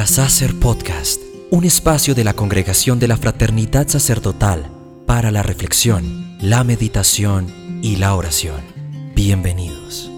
Sacer Podcast, un espacio de la Congregación de la Fraternidad Sacerdotal para la reflexión, la meditación y la oración. Bienvenidos.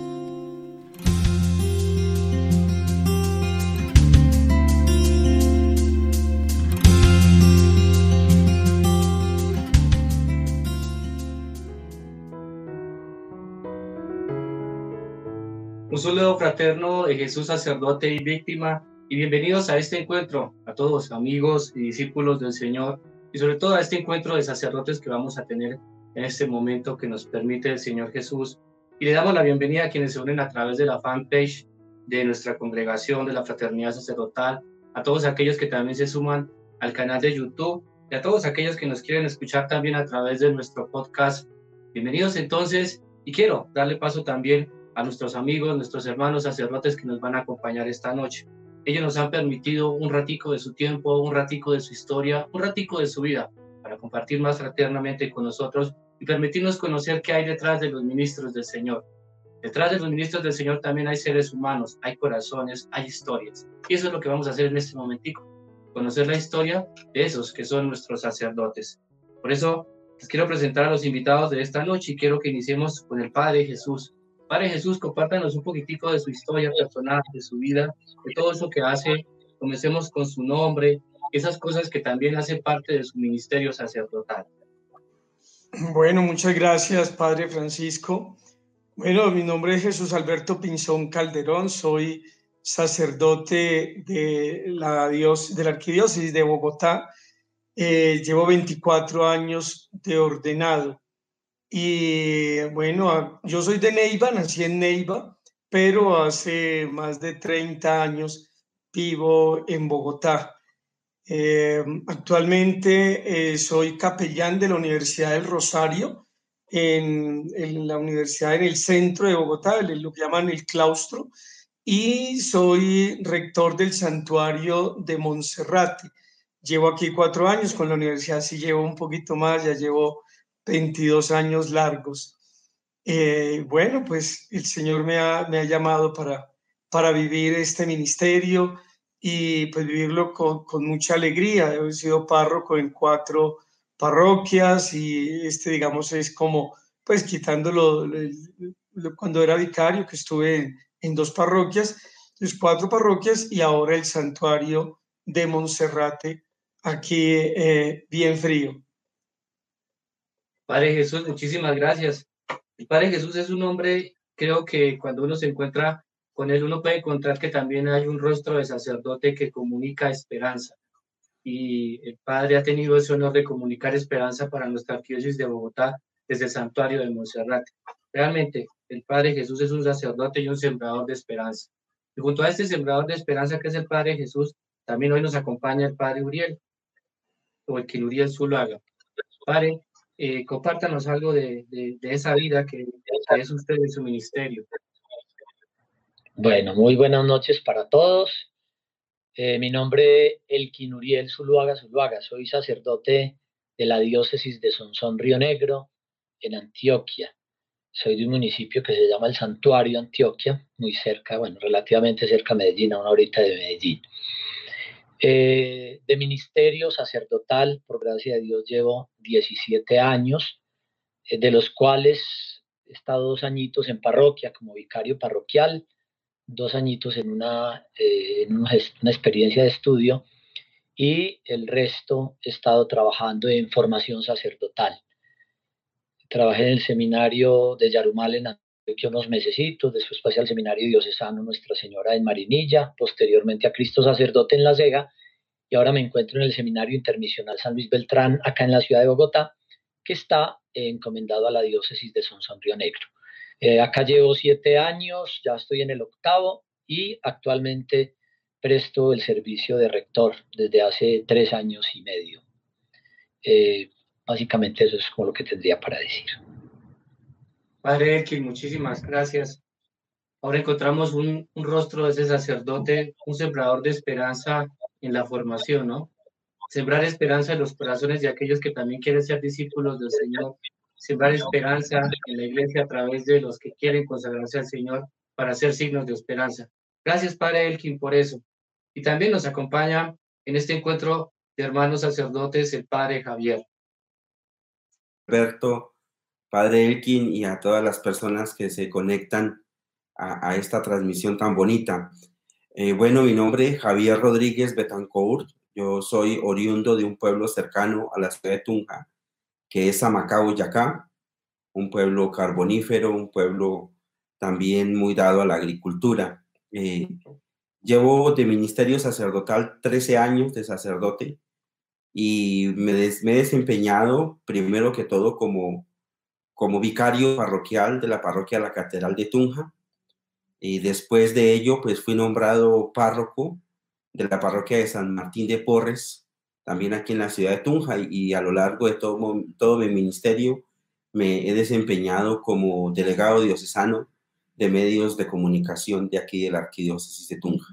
Un saludo fraterno de Jesús, sacerdote y víctima, y bienvenidos a este encuentro, a todos amigos y discípulos del Señor, y sobre todo a este encuentro de sacerdotes que vamos a tener en este momento que nos permite el Señor Jesús. Y le damos la bienvenida a quienes se unen a través de la fanpage de nuestra congregación de la Fraternidad Sacerdotal, a todos aquellos que también se suman al canal de YouTube, y a todos aquellos que nos quieren escuchar también a través de nuestro podcast. Bienvenidos entonces, y quiero darle paso también a nuestros amigos, nuestros hermanos sacerdotes que nos van a acompañar esta noche. Ellos nos han permitido un ratico de su tiempo, un ratico de su historia, un ratico de su vida, para compartir más fraternamente con nosotros y permitirnos conocer qué hay detrás de los ministros del Señor. Detrás de los ministros del Señor también hay seres humanos, hay corazones, hay historias. Y eso es lo que vamos a hacer en este momentico, conocer la historia de esos que son nuestros sacerdotes. Por eso les quiero presentar a los invitados de esta noche y quiero que iniciemos con el Padre Jesús. Padre Jesús, compártanos un poquitico de su historia personal, de su vida, de todo eso que hace. Comencemos con su nombre, esas cosas que también hacen parte de su ministerio sacerdotal. Bueno, muchas gracias, Padre Francisco. Bueno, mi nombre es Jesús Alberto Pinzón Calderón, soy sacerdote de la Arquidiócesis de Bogotá. Llevo 24 años de ordenado. Y bueno, yo soy de Neiva, nací en Neiva, pero hace más de 30 años vivo en Bogotá. Actualmente soy capellán de la Universidad del Rosario, en la universidad en el centro de Bogotá, lo que llaman el claustro, y soy rector del santuario de Monserrate. Llevo aquí 4 años, con la universidad sí llevo un poquito más, ya llevo 22 años largos. Bueno, pues el Señor me ha llamado para vivir este ministerio y pues vivirlo con mucha alegría. He sido párroco en 4 parroquias y digamos, es como, pues quitándolo cuando era vicario, que estuve en 2 parroquias, pues 4 parroquias y ahora el santuario de Monserrate, aquí bien frío. Padre Jesús, muchísimas gracias. El Padre Jesús es un hombre, creo que cuando uno se encuentra con él, uno puede encontrar que también hay un rostro de sacerdote que comunica esperanza. Y el Padre ha tenido ese honor de comunicar esperanza para nuestra arquidiócesis de Bogotá desde el santuario de Monserrate. Realmente, el Padre Jesús es un sacerdote y un sembrador de esperanza. Y junto a este sembrador de esperanza que es el Padre Jesús, también hoy nos acompaña el Padre Uriel, o el Quinuriel Zuluaga. Padre, compártanos algo de esa vida que es usted en su ministerio. Bueno, muy buenas noches para todos. Mi nombre es Elkin Uriel Zuluaga. Soy sacerdote de la diócesis de Sonsón Río Negro, en Antioquia. Soy de un municipio que se llama El Santuario, Antioquia, muy cerca, bueno, relativamente cerca de Medellín, a una horita de Medellín. De ministerio sacerdotal, por gracia de Dios, llevo 17 años, de los cuales he estado 2 añitos en parroquia como vicario parroquial, 2 añitos en una experiencia de estudio, y el resto he estado trabajando en formación sacerdotal. Trabajé en el seminario de Yarumal en Antioquia unos mesecitos, después pasé al seminario diocesano Nuestra Señora en Marinilla, posteriormente a Cristo Sacerdote en La Vega, y ahora me encuentro en el seminario intermisional San Luis Beltrán, acá en la ciudad de Bogotá, que está encomendado a la diócesis de Sonsón Río Negro. Acá llevo 7 años, ya estoy en el 8º y actualmente presto el servicio de rector desde hace 3 años y medio. Básicamente eso es como lo que tendría para decir. Padre Elkin, muchísimas gracias. Ahora encontramos un rostro de ese sacerdote, un sembrador de esperanza en la formación, ¿no? Sembrar esperanza en los corazones de aquellos que también quieren ser discípulos del Señor. Sembrar esperanza en la iglesia a través de los que quieren consagrarse al Señor para ser signos de esperanza. Gracias, Padre Elkin, por eso. Y también nos acompaña en este encuentro de hermanos sacerdotes el padre Javier. Alberto, padre Elkin y a todas las personas que se conectan a esta transmisión tan bonita. Bueno, mi nombre es Javier Rodríguez Betancourt. Yo soy oriundo de un pueblo cercano a la ciudad de Tunja, que es Samacá, Boyacá, un pueblo carbonífero, un pueblo también muy dado a la agricultura. Llevo de ministerio sacerdotal 13 años de sacerdote y me he desempeñado primero que todo como vicario parroquial de la parroquia La Catedral de Tunja. Y después de ello, pues fui nombrado párroco de la parroquia de San Martín de Porres, también aquí en la ciudad de Tunja, y a lo largo de todo mi ministerio me he desempeñado como delegado diocesano de medios de comunicación de aquí de la arquidiócesis de Tunja.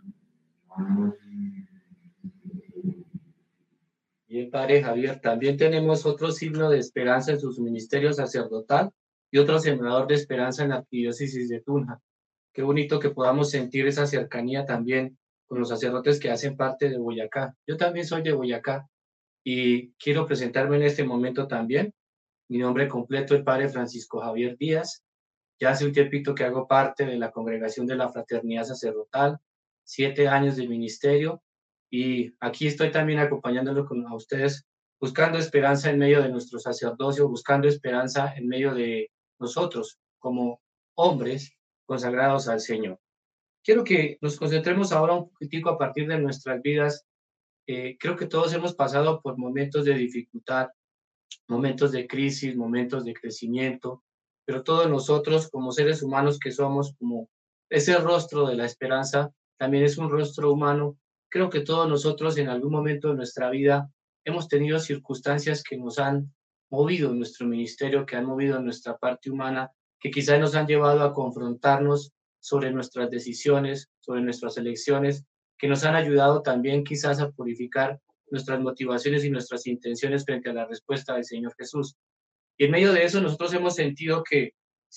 Y el padre Javier, también tenemos otro signo de esperanza en su ministerio sacerdotal y otro sembrador de esperanza en la arquidiócesis de Tunja. Qué bonito que podamos sentir esa cercanía también con los sacerdotes que hacen parte de Boyacá. Yo también soy de Boyacá y quiero presentarme en este momento también. Mi nombre completo es padre Francisco Javier Díaz. Ya hace un tiempito que hago parte de la congregación de la Fraternidad Sacerdotal, 7 años de ministerio, y aquí estoy también acompañándolo a ustedes, buscando esperanza en medio de nuestro sacerdocio, buscando esperanza en medio de nosotros como hombres consagrados al Señor. Quiero que nos concentremos ahora un poquitico a partir de nuestras vidas. Creo que todos hemos pasado por momentos de dificultad, momentos de crisis, momentos de crecimiento, pero todos nosotros como seres humanos que somos, como ese rostro de la esperanza, también es un rostro humano. Creo que todos nosotros en algún momento de nuestra vida hemos tenido circunstancias que nos han movido en nuestro ministerio, que han movido en nuestra parte humana, que quizás nos han llevado a confrontarnos sobre nuestras decisiones, sobre nuestras elecciones, que nos han ayudado también quizás a purificar nuestras motivaciones y nuestras intenciones frente a la respuesta del Señor Jesús. Y en medio de eso nosotros hemos sentido que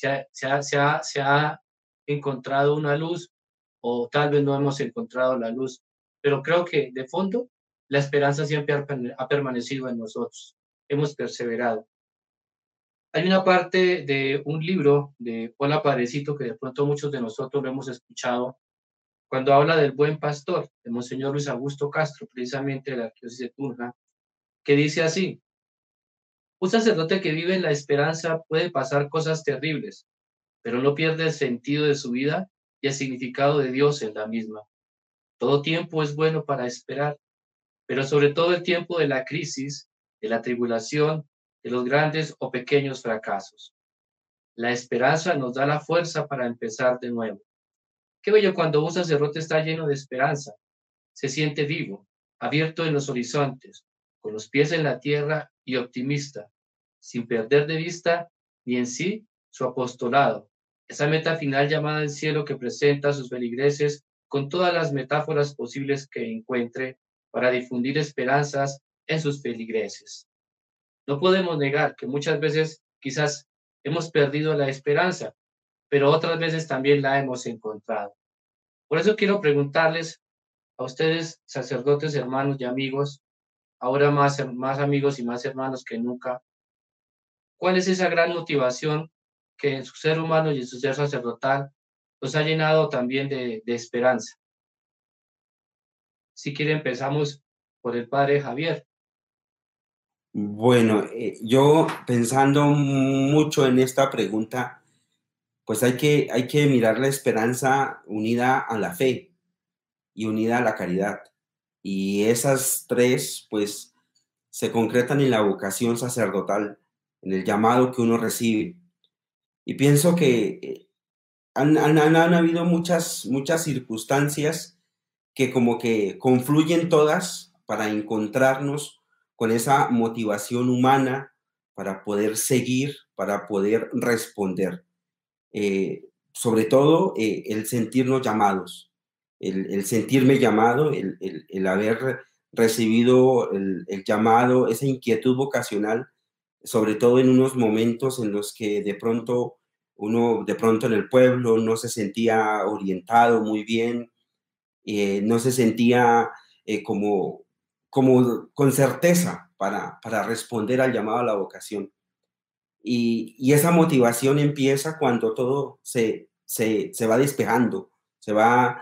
se ha encontrado una luz, o tal vez no hemos encontrado la luz, pero creo que de fondo la esperanza siempre ha permanecido en nosotros. Hemos perseverado. Hay una parte de un libro de Hola Padrecito que de pronto muchos de nosotros lo hemos escuchado, cuando habla del buen pastor, de Monseñor Luis Augusto Castro, precisamente de la arquidiócesis de Tunja, que dice así: un sacerdote que vive en la esperanza puede pasar cosas terribles, pero no pierde el sentido de su vida y el significado de Dios en la misma. Todo tiempo es bueno para esperar, pero sobre todo el tiempo de la crisis, de la tribulación, de los grandes o pequeños fracasos. La esperanza nos da la fuerza para empezar de nuevo. Qué bello cuando un sacerdote está lleno de esperanza, se siente vivo, abierto en los horizontes, con los pies en la tierra y optimista, sin perder de vista ni en sí su apostolado, esa meta final llamada el cielo que presenta a sus feligreses con todas las metáforas posibles que encuentre para difundir esperanzas en sus feligreses. No podemos negar que muchas veces quizás hemos perdido la esperanza, pero otras veces también la hemos encontrado. Por eso quiero preguntarles a ustedes, sacerdotes, hermanos y amigos, ahora más amigos y más hermanos que nunca, ¿cuál es esa gran motivación que en su ser humano y en su ser sacerdotal los ha llenado también de esperanza? Si quiere, empezamos por el padre Javier. Bueno, yo pensando mucho en esta pregunta, pues hay que mirar la esperanza unida a la fe y unida a la caridad. Y esas tres, pues, se concretan en la vocación sacerdotal, en el llamado que uno recibe. Y pienso que han habido muchas circunstancias que como que confluyen todas para encontrarnos con esa motivación humana para poder seguir, para poder responder. Sobre todo el sentirnos llamados, el sentirme llamado, el haber recibido el llamado, esa inquietud vocacional, sobre todo en unos momentos en los que de pronto uno en el pueblo no se sentía orientado muy bien no se sentía como con certeza para responder al llamado a la vocación. Y esa motivación empieza cuando todo se va despejando, se va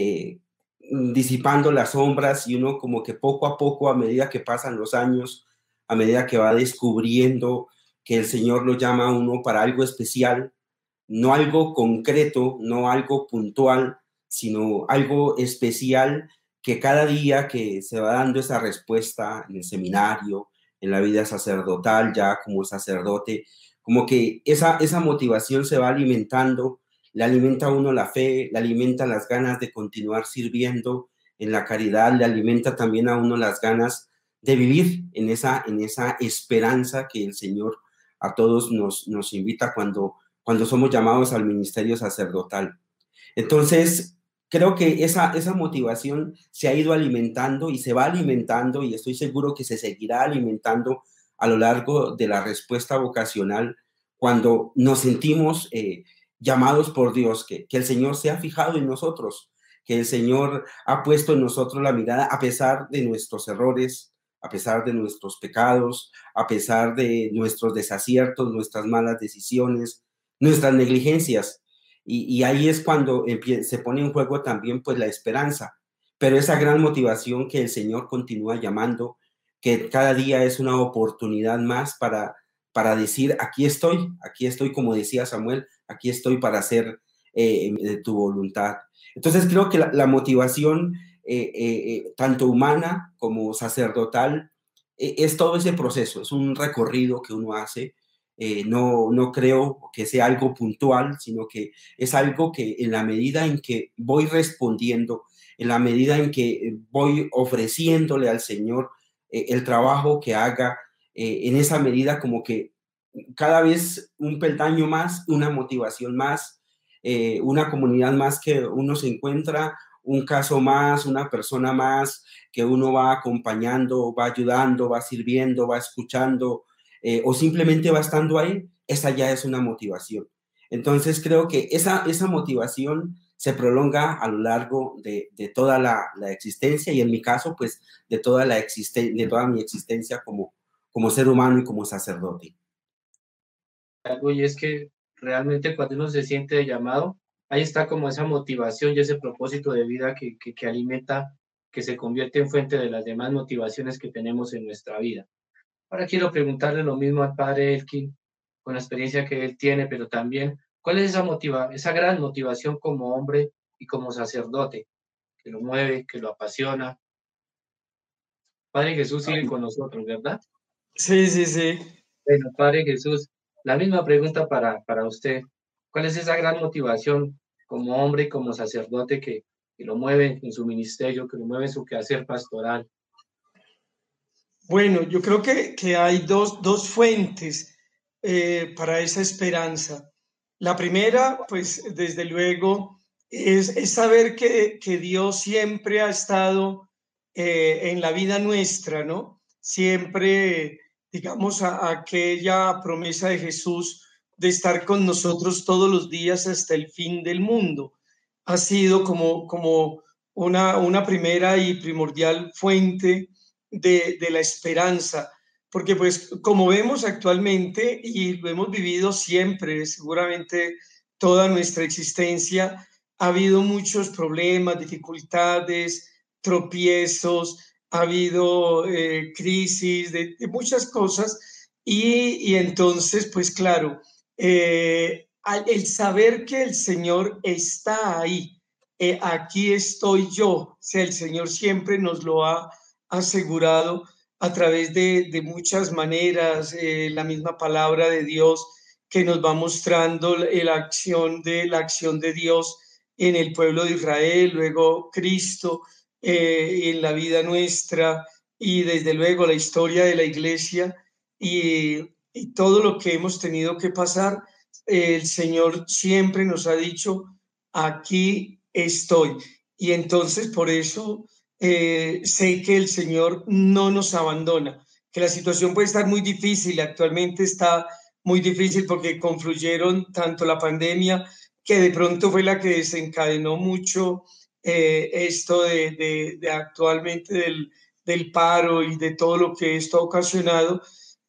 disipando las sombras, y uno como que poco a poco, a medida que pasan los años, a medida que va descubriendo que el Señor lo llama a uno para algo especial, no algo concreto, no algo puntual, sino algo especial, que cada día que se va dando esa respuesta en el seminario, en la vida sacerdotal, ya como sacerdote, como que esa motivación se va alimentando, le alimenta a uno la fe, le alimenta las ganas de continuar sirviendo en la caridad, le alimenta también a uno las ganas de vivir en esa esperanza que el Señor a todos nos invita cuando somos llamados al ministerio sacerdotal. Entonces, creo que esa motivación se ha ido alimentando y se va alimentando, y estoy seguro que se seguirá alimentando a lo largo de la respuesta vocacional, cuando nos sentimos llamados por Dios, que el Señor se ha fijado en nosotros, que el Señor ha puesto en nosotros la mirada a pesar de nuestros errores, a pesar de nuestros pecados, a pesar de nuestros desaciertos, nuestras malas decisiones, nuestras negligencias. Y ahí es cuando se pone en juego también pues la esperanza, pero esa gran motivación que el Señor continúa llamando, que cada día es una oportunidad más para decir, aquí estoy, como decía Samuel, aquí estoy para hacer tu voluntad. Entonces creo que la motivación, tanto humana como sacerdotal, es todo ese proceso, es un recorrido que uno hace. No creo que sea algo puntual, sino que es algo que en la medida en que voy respondiendo, en la medida en que voy ofreciéndole al Señor el trabajo que haga, en esa medida como que cada vez un peldaño más, una motivación más, una comunidad más que uno se encuentra, un caso más, una persona más que uno va acompañando, va ayudando, va sirviendo, va escuchando, o simplemente va estando ahí, esa ya es una motivación. Entonces creo que esa motivación se prolonga a lo largo de toda la existencia, y en mi caso, pues, de toda mi existencia como ser humano y como sacerdote. Y es que realmente cuando uno se siente llamado, ahí está como esa motivación y ese propósito de vida que alimenta, que se convierte en fuente de las demás motivaciones que tenemos en nuestra vida. Ahora quiero preguntarle lo mismo al padre Elkin, con la experiencia que él tiene, pero también, ¿cuál es esa gran motivación como hombre y como sacerdote, que lo mueve, que lo apasiona? Padre Jesús sigue con nosotros, ¿verdad? Sí, sí, sí. Bueno, Padre Jesús, la misma pregunta para usted. ¿Cuál es esa gran motivación como hombre y como sacerdote que lo mueve en su ministerio, que lo mueve en su quehacer pastoral? Bueno, yo creo que hay dos fuentes para esa esperanza. La primera, pues desde luego, es saber que Dios siempre ha estado en la vida nuestra, ¿no? Siempre, digamos, aquella promesa de Jesús de estar con nosotros todos los días hasta el fin del mundo. Ha sido como una primera y primordial fuente de la esperanza, porque pues como vemos actualmente y lo hemos vivido siempre, seguramente toda nuestra existencia, ha habido muchos problemas, dificultades, tropiezos, ha habido crisis de muchas cosas, y entonces pues claro, el saber que el Señor está ahí, aquí estoy yo, o sea, el Señor siempre nos lo ha asegurado a través de muchas maneras, la misma palabra de Dios que nos va mostrando la acción de Dios en el pueblo de Israel, luego Cristo en la vida nuestra, y desde luego la historia de la iglesia y todo lo que hemos tenido que pasar. El Señor siempre nos ha dicho, aquí estoy. Y entonces por eso sé que el Señor no nos abandona, que la situación puede estar muy difícil, actualmente está muy difícil porque confluyeron tanto la pandemia, que de pronto fue la que desencadenó mucho esto de actualmente del paro y de todo lo que esto ha ocasionado,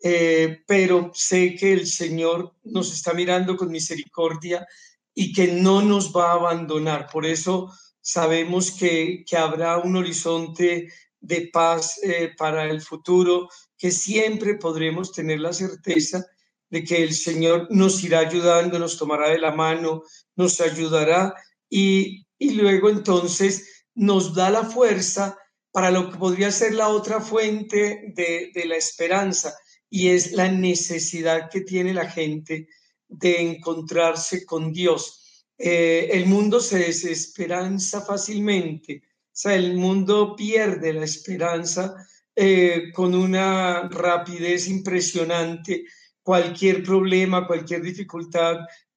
pero sé que el Señor nos está mirando con misericordia y que no nos va a abandonar. Por eso sabemos que habrá un horizonte de paz para el futuro, que siempre podremos tener la certeza de que el Señor nos irá ayudando, nos tomará de la mano, nos ayudará y luego entonces nos da la fuerza para lo que podría ser la otra fuente de la esperanza, y es la necesidad que tiene la gente de encontrarse con Dios. El mundo se desesperanza fácilmente, o sea, el mundo pierde la esperanza con una rapidez impresionante. Cualquier problema, cualquier dificultad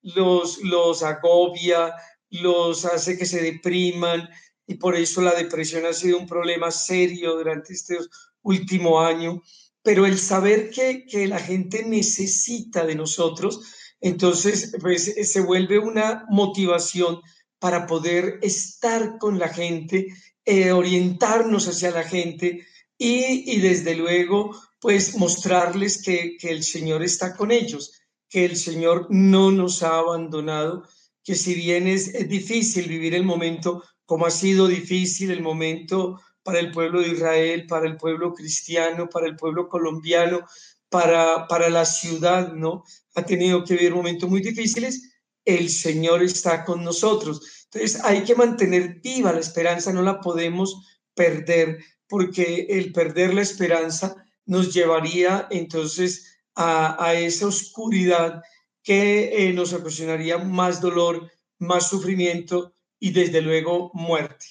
los agobia, los hace que se depriman, y por eso la depresión ha sido un problema serio durante este último año. Pero el saber que la gente necesita de nosotros, entonces pues, se vuelve una motivación para poder estar con la gente, orientarnos hacia la gente y desde luego pues mostrarles que el Señor está con ellos, que el Señor no nos ha abandonado, que si bien es difícil vivir el momento, como ha sido difícil el momento para el pueblo de Israel, para el pueblo cristiano, para el pueblo colombiano, para la ciudad, ¿no? Ha tenido que vivir momentos muy difíciles, el Señor está con nosotros. Entonces hay que mantener viva la esperanza, no la podemos perder, porque el perder la esperanza nos llevaría entonces a esa oscuridad que nos ocasionaría más dolor, más sufrimiento y desde luego muerte.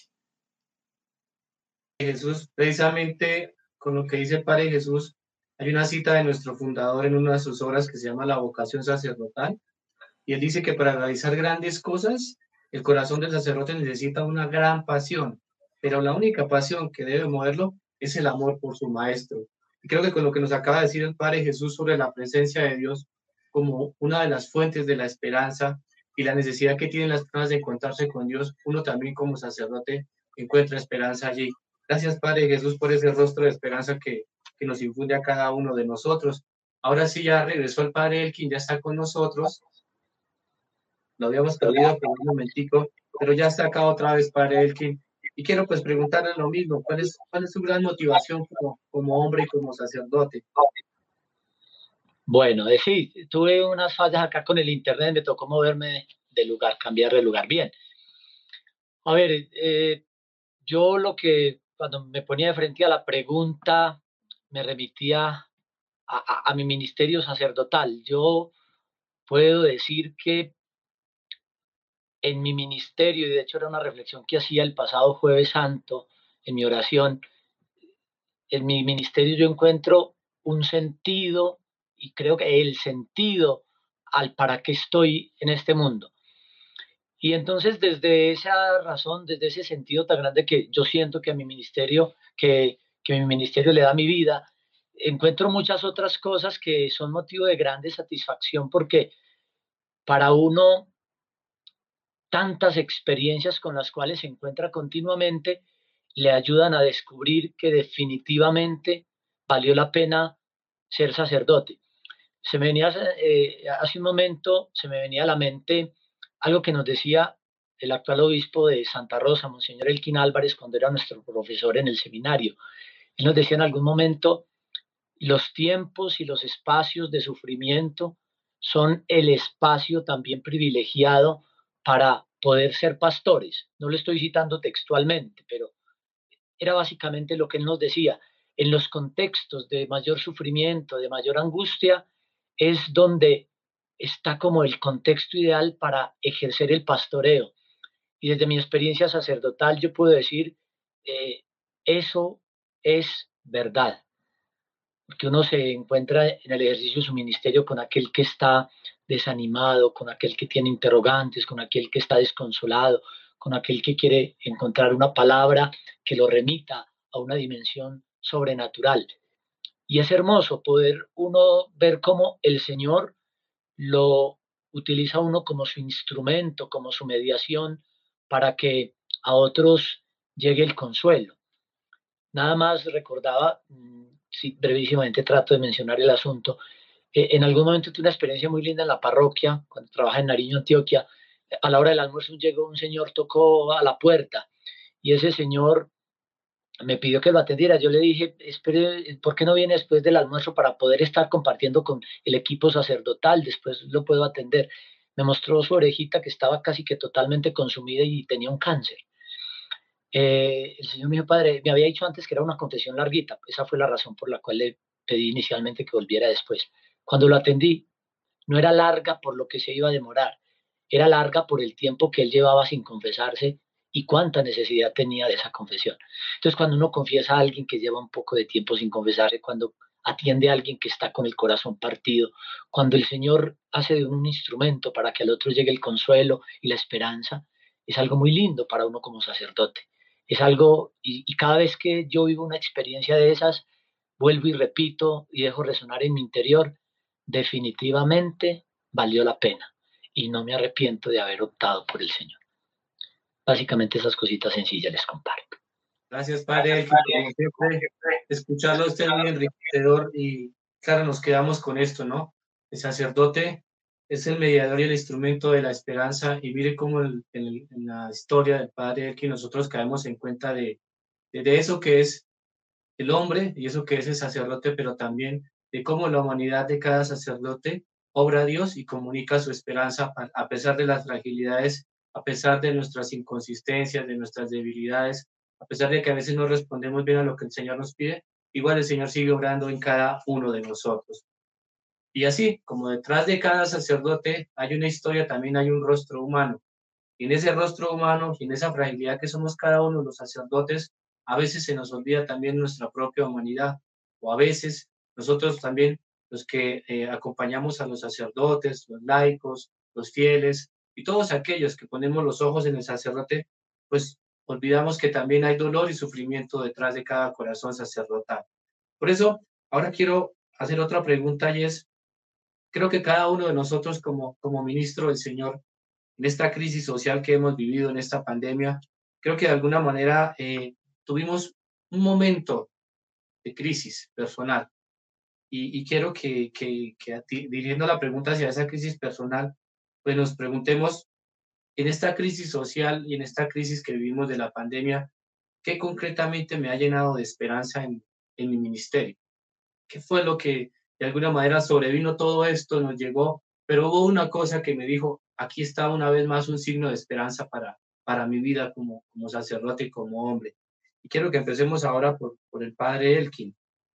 Jesús, precisamente con lo que dice el Padre Jesús, hay una cita de nuestro fundador en una de sus obras que se llama La vocación sacerdotal, y él dice que para realizar grandes cosas, el corazón del sacerdote necesita una gran pasión, pero la única pasión que debe moverlo es el amor por su maestro. Y creo que con lo que nos acaba de decir el Padre Jesús sobre la presencia de Dios como una de las fuentes de la esperanza y la necesidad que tienen las personas de encontrarse con Dios, uno también como sacerdote encuentra esperanza allí. Gracias, Padre Jesús, por ese rostro de esperanza que nos infunde a cada uno de nosotros. Ahora sí, ya regresó el Padre Elkin, ya está con nosotros. Lo habíamos perdido por un momentico, pero ya está acá otra vez, Padre Elkin. Y quiero pues preguntarle lo mismo, ¿cuál es su gran motivación como hombre y como sacerdote? Bueno, sí, tuve unas fallas acá con el internet, me tocó moverme de lugar, cambiar de lugar. Bien. A ver, yo cuando me ponía de frente a la pregunta, me remitía a mi ministerio sacerdotal. Yo puedo decir que en mi ministerio, y de hecho era una reflexión que hacía el pasado Jueves Santo en mi oración, en mi ministerio yo encuentro un sentido, y creo que el sentido al para qué estoy en este mundo. Y entonces desde esa razón, desde ese sentido tan grande que yo siento que a mi ministerio, que mi ministerio le da a mi vida, encuentro muchas otras cosas que son motivo de grande satisfacción, porque para uno tantas experiencias con las cuales se encuentra continuamente le ayudan a descubrir que definitivamente valió la pena ser sacerdote. Se me venía, hace un momento, se me venía a la mente algo que nos decía el actual obispo de Santa Rosa, Monseñor Elkin Álvarez, cuando era nuestro profesor en el seminario. Él nos decía en algún momento, los tiempos y los espacios de sufrimiento son el espacio también privilegiado para poder ser pastores. No lo estoy citando textualmente, pero era básicamente lo que él nos decía. En los contextos de mayor sufrimiento, de mayor angustia, es donde está como el contexto ideal para ejercer el pastoreo. Y desde mi experiencia sacerdotal yo puedo decir, eso es verdad, porque uno se encuentra en el ejercicio de su ministerio con aquel que está desanimado, con aquel que tiene interrogantes, con aquel que está desconsolado, con aquel que quiere encontrar una palabra que lo remita a una dimensión sobrenatural. Y es hermoso poder uno ver cómo el Señor lo utiliza uno como su instrumento, como su mediación, para que a otros llegue el consuelo. Nada más recordaba, sí, brevísimamente trato de mencionar el asunto. En algún momento tuve una experiencia muy linda en la parroquia, cuando trabajaba en Nariño, Antioquia. A la hora del almuerzo llegó un señor, tocó a la puerta y ese señor me pidió que lo atendiera. Yo le dije, espere, ¿por qué no viene después del almuerzo para poder estar compartiendo con el equipo sacerdotal? Después lo puedo atender. Me mostró su orejita que estaba casi que totalmente consumida y tenía un cáncer. El señor me dijo, padre, me había dicho antes que era una confesión larguita. Esa fue la razón por la cual le pedí inicialmente que volviera después. Cuando lo atendí, no era larga por lo que se iba a demorar, era larga por el tiempo que él llevaba sin confesarse y cuánta necesidad tenía de esa confesión. Entonces, cuando uno confiesa a alguien que lleva un poco de tiempo sin confesarse, cuando atiende a alguien que está con el corazón partido, cuando el Señor hace de un instrumento para que al otro llegue el consuelo y la esperanza, es algo muy lindo para uno como sacerdote. Es algo, y cada vez que yo vivo una experiencia de esas, vuelvo y repito y dejo resonar en mi interior, definitivamente valió la pena y no me arrepiento de haber optado por el Señor. Básicamente esas cositas sencillas les comparto. Gracias, Padre Elkin, como siempre, escucharlo a usted es muy enriquecedor y claro, nos quedamos con esto, ¿no? El sacerdote es el mediador y el instrumento de la esperanza y mire cómo en la historia del Padre Elkin nosotros caemos en cuenta de eso que es el hombre y eso que es el sacerdote, pero también de cómo la humanidad de cada sacerdote obra a Dios y comunica su esperanza a pesar de las fragilidades, a pesar de nuestras inconsistencias, de nuestras debilidades, a pesar de que a veces no respondemos bien a lo que el Señor nos pide, igual el Señor sigue obrando en cada uno de nosotros. Y así, como detrás de cada sacerdote hay una historia, también hay un rostro humano. Y en ese rostro humano y en esa fragilidad que somos cada uno de los sacerdotes, a veces se nos olvida también nuestra propia humanidad, o a veces nosotros también, los que acompañamos a los sacerdotes, los laicos, los fieles y todos aquellos que ponemos los ojos en el sacerdote, pues olvidamos que también hay dolor y sufrimiento detrás de cada corazón sacerdotal. Por eso, ahora quiero hacer otra pregunta y es, creo que cada uno de nosotros como ministro del Señor, en esta crisis social que hemos vivido, en esta pandemia, creo que de alguna manera tuvimos un momento de crisis personal. Y quiero que dirigiendo la pregunta hacia esa crisis personal, pues nos preguntemos, en esta crisis social y en esta crisis que vivimos de la pandemia, ¿qué concretamente me ha llenado de esperanza en mi ministerio? ¿Qué fue lo que de alguna manera sobrevino todo esto, nos llegó? Pero hubo una cosa que me dijo, aquí está una vez más un signo de esperanza para mi vida como sacerdote y como hombre. Y quiero que empecemos ahora por el padre Elkin.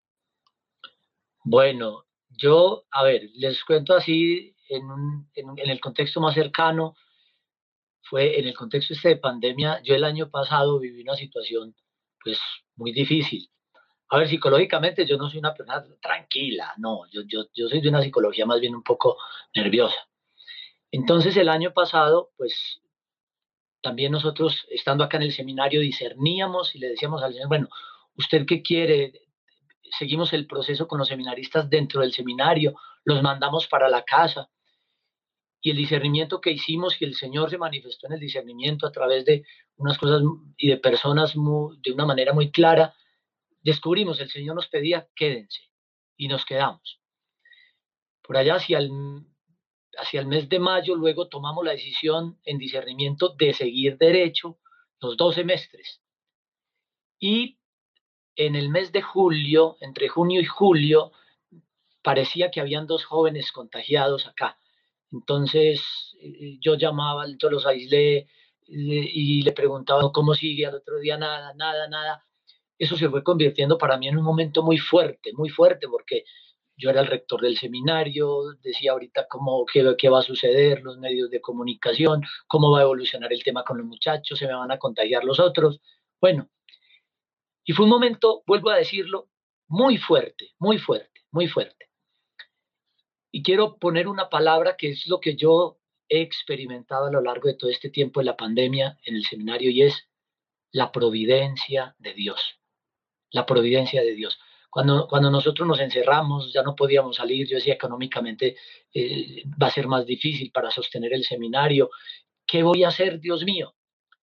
Bueno, yo, a ver, les cuento así en el contexto más cercano, fue en el contexto este de pandemia, yo el año pasado viví una situación pues muy difícil. A ver, psicológicamente yo no soy una persona tranquila, no, yo soy de una psicología más bien un poco nerviosa. Entonces el año pasado, pues también nosotros, estando acá en el seminario, discerníamos y le decíamos al Señor, bueno, ¿usted qué quiere? Seguimos el proceso con los seminaristas dentro del seminario, los mandamos para la casa. Y el discernimiento que hicimos y el Señor se manifestó en el discernimiento a través de unas cosas y de personas de una manera muy clara, descubrimos, el Señor nos pedía, quédense, y nos quedamos. Por allá hacia el mes de mayo, luego tomamos la decisión en discernimiento de seguir derecho los 2 semestres. Y en el mes de julio, entre junio y julio, parecía que habían 2 jóvenes contagiados acá. Entonces yo llamaba, yo los aislé y le preguntaba cómo sigue, al otro día nada, nada, nada. Eso se fue convirtiendo para mí en un momento muy fuerte, porque yo era el rector del seminario, decía ahorita qué va a suceder, los medios de comunicación, cómo va a evolucionar el tema con los muchachos, se me van a contagiar los otros. Bueno, y fue un momento, vuelvo a decirlo, muy fuerte, muy fuerte, muy fuerte. Y quiero poner una palabra que es lo que yo he experimentado a lo largo de todo este tiempo de la pandemia en el seminario y es la providencia de Dios. La providencia de Dios. Cuando nosotros nos encerramos, ya no podíamos salir, yo decía económicamente va a ser más difícil para sostener el seminario. ¿Qué voy a hacer, Dios mío?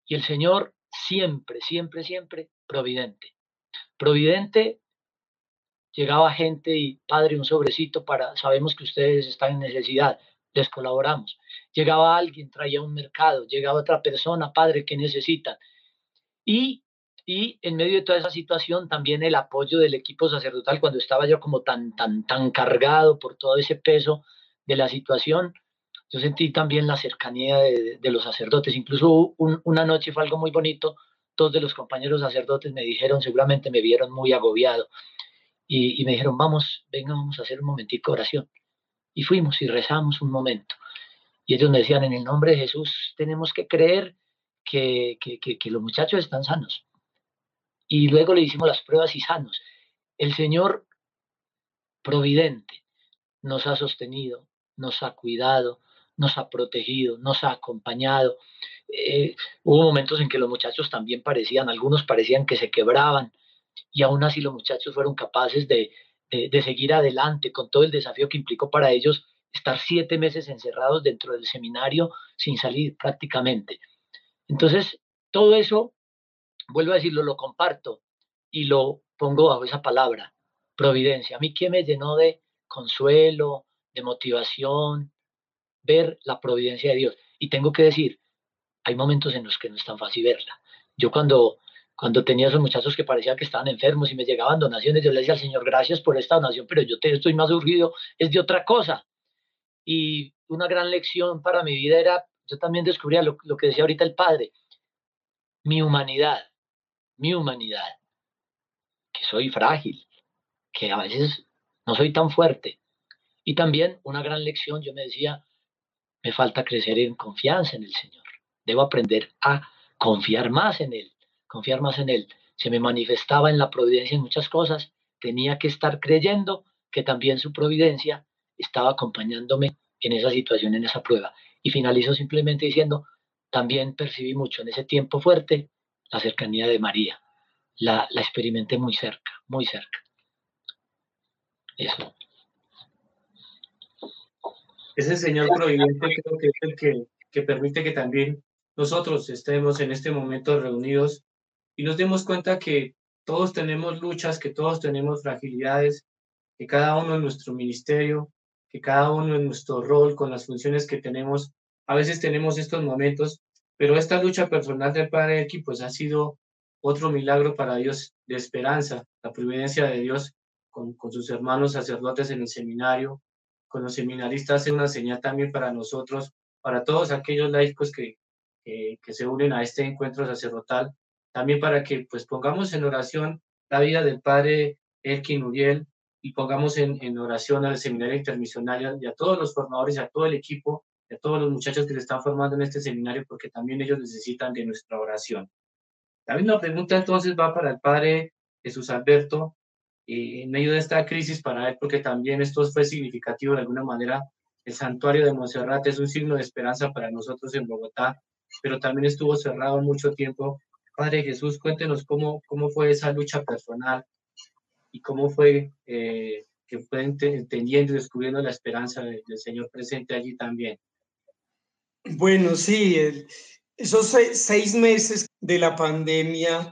Y el Señor siempre, siempre, siempre providente. Providente, llegaba gente y, padre, un sobrecito sabemos que ustedes están en necesidad, les colaboramos. Llegaba alguien, traía un mercado, llegaba otra persona, padre, ¿qué necesitan? Y en medio de toda esa situación también el apoyo del equipo sacerdotal, cuando estaba yo como tan cargado por todo ese peso de la situación, yo sentí también la cercanía de los sacerdotes. Incluso una noche fue algo muy bonito, dos de los compañeros sacerdotes me dijeron, seguramente me vieron muy agobiado, y me dijeron, venga, vamos a hacer un momentico de oración. Y fuimos y rezamos un momento. Y ellos me decían, en el nombre de Jesús tenemos que creer que los muchachos están sanos. Y luego le hicimos las pruebas y sanos. El Señor providente nos ha sostenido, nos ha cuidado, nos ha protegido, nos ha acompañado. Hubo momentos en que los muchachos también algunos parecían que se quebraban, y aún así los muchachos fueron capaces de seguir adelante con todo el desafío que implicó para ellos estar 7 meses encerrados dentro del seminario sin salir prácticamente. Entonces, todo eso, vuelvo a decirlo, lo comparto y lo pongo bajo esa palabra, providencia. A mí, ¿qué me llenó de consuelo, de motivación? Ver la providencia de Dios. Y tengo que decir, hay momentos en los que no es tan fácil verla. Yo cuando tenía esos muchachos que parecían que estaban enfermos y me llegaban donaciones, yo le decía al Señor, gracias por esta donación, pero yo estoy más urgido, es de otra cosa. Y una gran lección para mi vida era, yo también descubría lo que decía ahorita el Padre, mi humanidad, que soy frágil, que a veces no soy tan fuerte. Y también una gran lección, yo me decía, me falta crecer en confianza en el Señor. Debo aprender a confiar más en Él, confiar más en Él. Se me manifestaba en la providencia en muchas cosas. Tenía que estar creyendo que también su providencia estaba acompañándome en esa situación, en esa prueba. Y finalizo simplemente diciendo, también percibí mucho en ese tiempo fuerte la cercanía de María. La experimenté muy cerca, muy cerca. Eso. Ese Señor providente creo que es el que permite que también nosotros estemos en este momento reunidos y nos demos cuenta que todos tenemos luchas, que todos tenemos fragilidades, que cada uno en nuestro ministerio, que cada uno en nuestro rol, con las funciones que tenemos, a veces tenemos estos momentos, pero esta lucha personal del Padre Elkin pues ha sido otro milagro para Dios de esperanza, la providencia de Dios con sus hermanos sacerdotes en el seminario, con los seminaristas, es una señal también para nosotros, para todos aquellos laicos que se unen a este encuentro sacerdotal, también para que pues pongamos en oración la vida del Padre Elkin Uriel y pongamos en oración al seminario intermisionario y a todos los formadores, a todo el equipo, y a todos los muchachos que se están formando en este seminario, porque también ellos necesitan de nuestra oración. La misma pregunta entonces va para el Padre Jesús Alberto, en medio de esta crisis para él, porque también esto fue significativo de alguna manera. El santuario de Monserrate es un signo de esperanza para nosotros en Bogotá, pero también estuvo cerrado mucho tiempo. Padre Jesús, cuéntenos cómo fue esa lucha personal y cómo fue que fue entendiendo y descubriendo la esperanza del Señor presente allí también. Bueno, sí, esos 6 meses de la pandemia,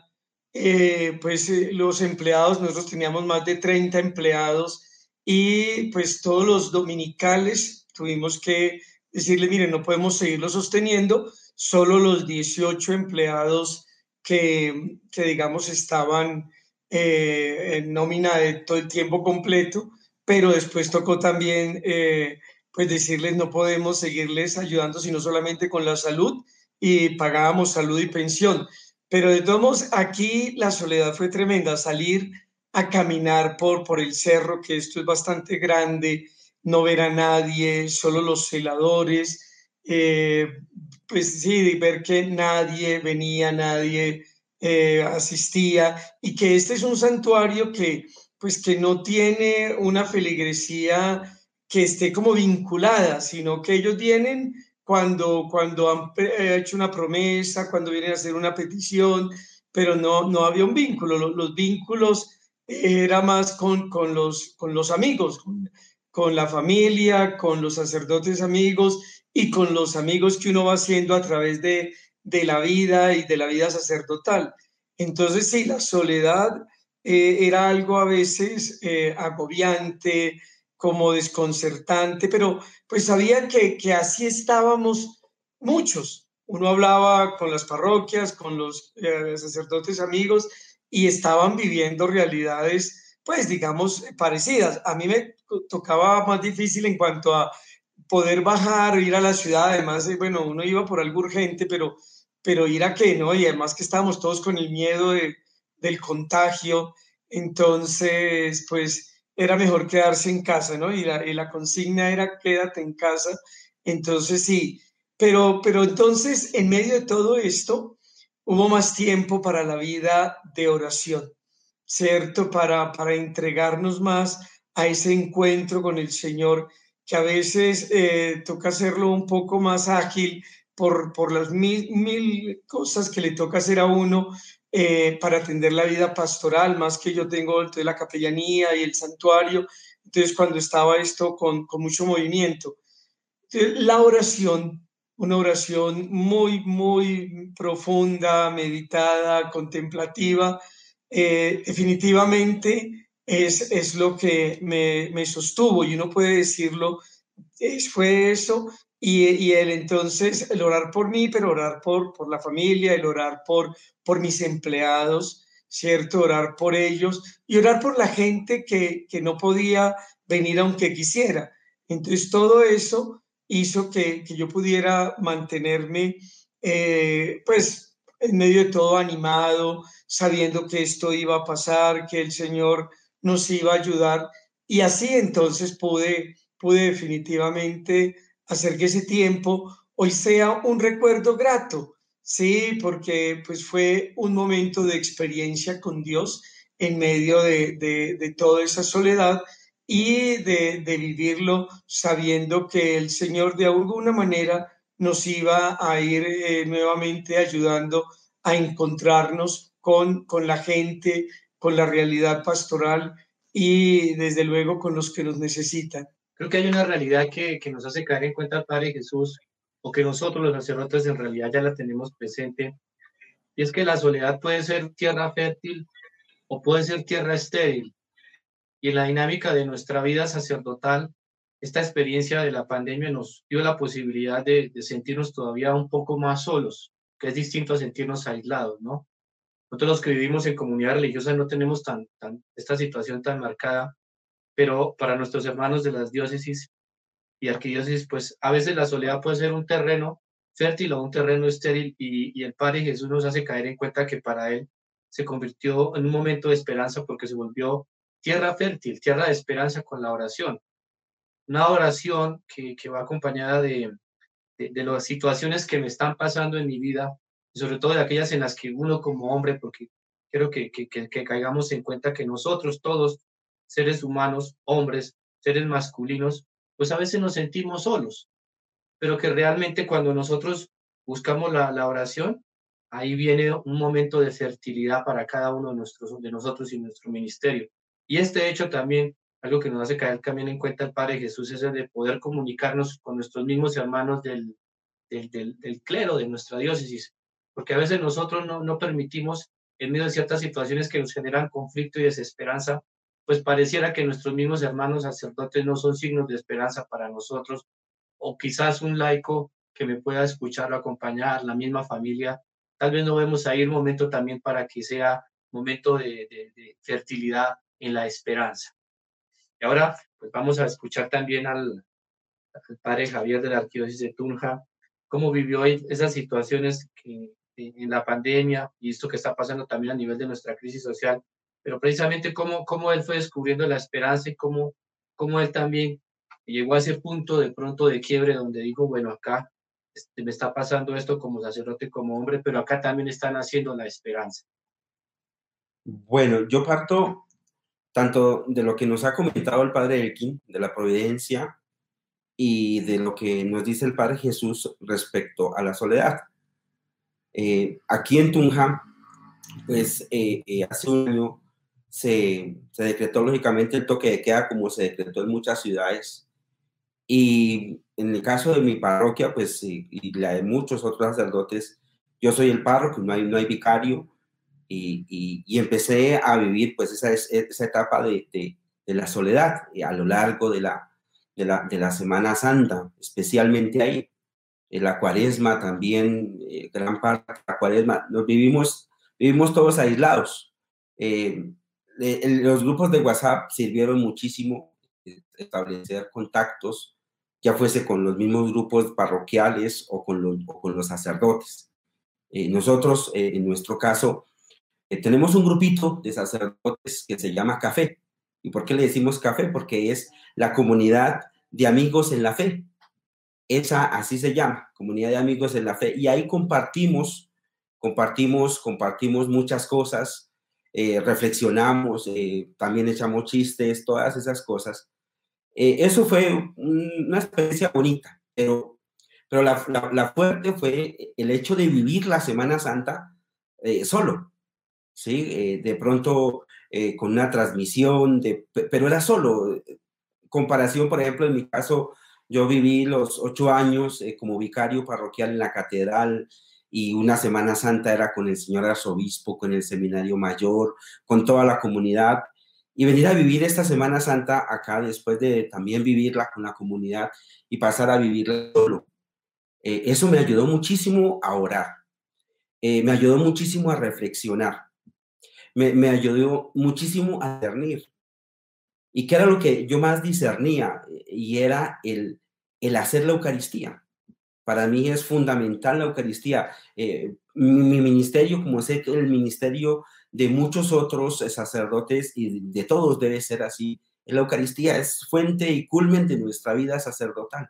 los empleados, nosotros teníamos más de 30 empleados y pues todos los dominicales tuvimos que decirle, miren, no podemos seguirlo sosteniendo, solo los 18 empleados que digamos estaban en nómina de todo el tiempo completo, pero después tocó también pues decirles no podemos seguirles ayudando sino solamente con la salud, y pagábamos salud y pensión. Pero de todos modos, aquí la soledad fue tremenda, salir a caminar por el cerro, que esto es bastante grande, no ver a nadie, solo los celadores, pues sí, ver que nadie venía, nadie asistía, y que este es un santuario que pues que no tiene una feligresía que esté como vinculada, sino que ellos vienen cuando han hecho una promesa, cuando vienen a hacer una petición, pero no había un vínculo. Los vínculos era más con los amigos, con la familia, con los sacerdotes amigos y con los amigos que uno va haciendo a través de de la vida y de la vida sacerdotal. Entonces, sí, la soledad era algo a veces agobiante, como desconcertante, pero pues sabía que así estábamos muchos. Uno hablaba con las parroquias, con los sacerdotes amigos y estaban viviendo realidades, pues digamos, parecidas. A mí me tocaba más difícil en cuanto a poder bajar, ir a la ciudad, además, bueno, uno iba por algo urgente, pero ir a qué, ¿no? Y además que estábamos todos con el miedo del contagio, entonces, pues era mejor quedarse en casa, ¿no? Y la consigna era quédate en casa, entonces sí, pero entonces en medio de todo esto hubo más tiempo para la vida de oración, ¿cierto? Para entregarnos más a ese encuentro con el Señor, que a veces toca hacerlo un poco más ágil por las mil cosas que le toca hacer a uno para atender la vida pastoral, más que yo tengo entonces, la capellanía y el santuario, entonces cuando estaba esto con mucho movimiento. Entonces, la oración, una oración muy, muy profunda, meditada, contemplativa, definitivamente es lo que me sostuvo y uno puede decirlo, fue eso y el entonces, el orar por mí, pero orar por la familia, el orar por mis empleados, ¿cierto? Orar por ellos y orar por la gente que no podía venir aunque quisiera. Entonces, todo eso hizo que yo pudiera mantenerme, pues, en medio de todo animado, sabiendo que esto iba a pasar, que el Señor nos iba a ayudar. Y así entonces pude definitivamente hacer que ese tiempo hoy sea un recuerdo grato, sí, porque pues fue un momento de experiencia con Dios en medio de toda esa soledad y de vivirlo sabiendo que el Señor de alguna manera nos iba a ir nuevamente ayudando a encontrarnos con la gente, con la realidad pastoral y desde luego con los que nos necesitan. Creo que hay una realidad que nos hace caer en cuenta el Padre Jesús, o que nosotros los sacerdotes en realidad ya la tenemos presente, y es que la soledad puede ser tierra fértil o puede ser tierra estéril. Y en la dinámica de nuestra vida sacerdotal, esta experiencia de la pandemia nos dio la posibilidad de sentirnos todavía un poco más solos, que es distinto a sentirnos aislados, ¿no? Nosotros los que vivimos en comunidades religiosas no tenemos esta situación tan marcada, pero para nuestros hermanos de las diócesis y arquidiócesis, pues a veces la soledad puede ser un terreno fértil o un terreno estéril, y el Padre Jesús nos hace caer en cuenta que para él se convirtió en un momento de esperanza porque se volvió tierra fértil, tierra de esperanza con la oración. Una oración que va acompañada de las situaciones que me están pasando en mi vida, y sobre todo de aquellas en las que uno como hombre, porque quiero que caigamos en cuenta que nosotros todos, seres humanos, hombres, seres masculinos, pues a veces nos sentimos solos, pero que realmente cuando nosotros buscamos la oración, ahí viene un momento de fertilidad para cada uno de nosotros y nuestro ministerio. Y este hecho también, algo que nos hace caer también en cuenta el Padre Jesús, es el de poder comunicarnos con nuestros mismos hermanos del clero, de nuestra diócesis, porque a veces nosotros no permitimos, en medio de ciertas situaciones que nos generan conflicto y desesperanza, pues pareciera que nuestros mismos hermanos sacerdotes no son signos de esperanza para nosotros, o quizás un laico que me pueda escuchar o acompañar, la misma familia, tal vez no vemos ahí un momento también para que sea momento de fertilidad en la esperanza. Y ahora, pues vamos a escuchar también al padre Javier de la Arquidiócesis de Tunja, cómo vivió esas situaciones en la pandemia y esto que está pasando también a nivel de nuestra crisis social, pero precisamente cómo él fue descubriendo la esperanza y cómo él también llegó a ese punto de pronto de quiebre donde dijo, bueno, acá me está pasando esto como sacerdote, como hombre, pero acá también están haciendo la esperanza. Bueno, yo parto tanto de lo que nos ha comentado el padre Elkin, de la providencia, y de lo que nos dice el Padre Jesús respecto a la soledad. Aquí en Tunja, pues hace un año se decretó lógicamente el toque de queda, como se decretó en muchas ciudades, y en el caso de mi parroquia, pues y la de muchos otros sacerdotes, Yo soy el párroco, no hay vicario, y empecé a vivir pues esa etapa de la soledad a lo largo de la Semana Santa, especialmente ahí. En la Cuaresma también, gran parte de la Cuaresma, vivimos todos aislados. Los grupos de WhatsApp sirvieron muchísimo, establecer contactos, ya fuese con los mismos grupos parroquiales o con los sacerdotes. Nosotros, en nuestro caso, tenemos un grupito de sacerdotes que se llama Café. ¿Y por qué le decimos Café? Porque es la comunidad de amigos en la fe. Esa así se llama, comunidad de amigos en la fe. Y ahí compartimos muchas cosas, reflexionamos, también echamos chistes, todas esas cosas. Eso fue una experiencia bonita, pero la fuerte fue el hecho de vivir la Semana Santa solo, ¿sí? De pronto con una transmisión, pero era solo. Comparación, por ejemplo, en mi caso, yo viví los 8 años como vicario parroquial en la catedral, y una Semana Santa era con el señor arzobispo, con el seminario mayor, con toda la comunidad. Y venir a vivir esta Semana Santa acá, después de también vivirla con la comunidad y pasar a vivirla solo, eso me ayudó muchísimo a orar, me ayudó muchísimo a reflexionar, me ayudó muchísimo a discernir. ¿Y qué era lo que yo más discernía? Y era el hacer la Eucaristía. Para mí es fundamental la Eucaristía. Mi ministerio, como sé que el ministerio de muchos otros sacerdotes y de todos debe ser así, la Eucaristía es fuente y culmen de nuestra vida sacerdotal.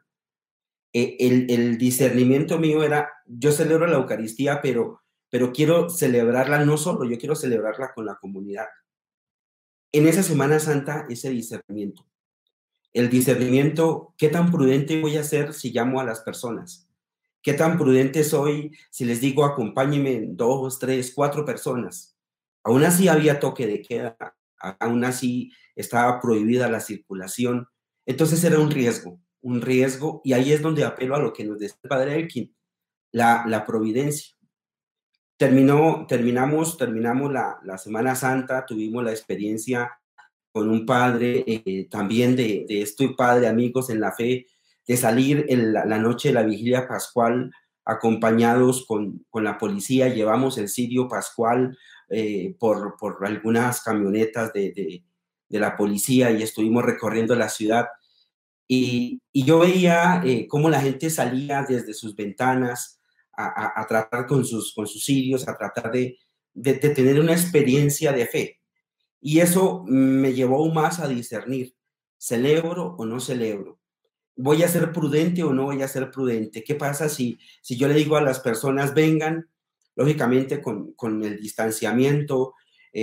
El discernimiento mío era, yo celebro la Eucaristía, pero quiero celebrarla no solo, yo quiero celebrarla con la comunidad. En esa Semana Santa, ese discernimiento. El discernimiento, ¿qué tan prudente voy a ser si llamo a las personas? ¿Qué tan prudente soy si les digo acompáñenme 2, 3, 4 personas? Aún así había toque de queda, aún así estaba prohibida la circulación. Entonces era un riesgo, y ahí es donde apelo a lo que nos decía el padre Elkin, la providencia. Terminamos la Semana Santa, tuvimos la experiencia con un padre, también de este padre, amigos en la fe, de salir la noche de la vigilia pascual acompañados con la policía. Llevamos el cirio pascual por algunas camionetas de la policía, y estuvimos recorriendo la ciudad. Y yo veía cómo la gente salía desde sus ventanas a tratar con sus cirios, a tratar de tener una experiencia de fe. Y eso me llevó aún más a discernir, ¿celebro o no celebro? ¿Voy a ser prudente o no voy a ser prudente? ¿Qué pasa si yo le digo a las personas vengan, lógicamente con el distanciamiento,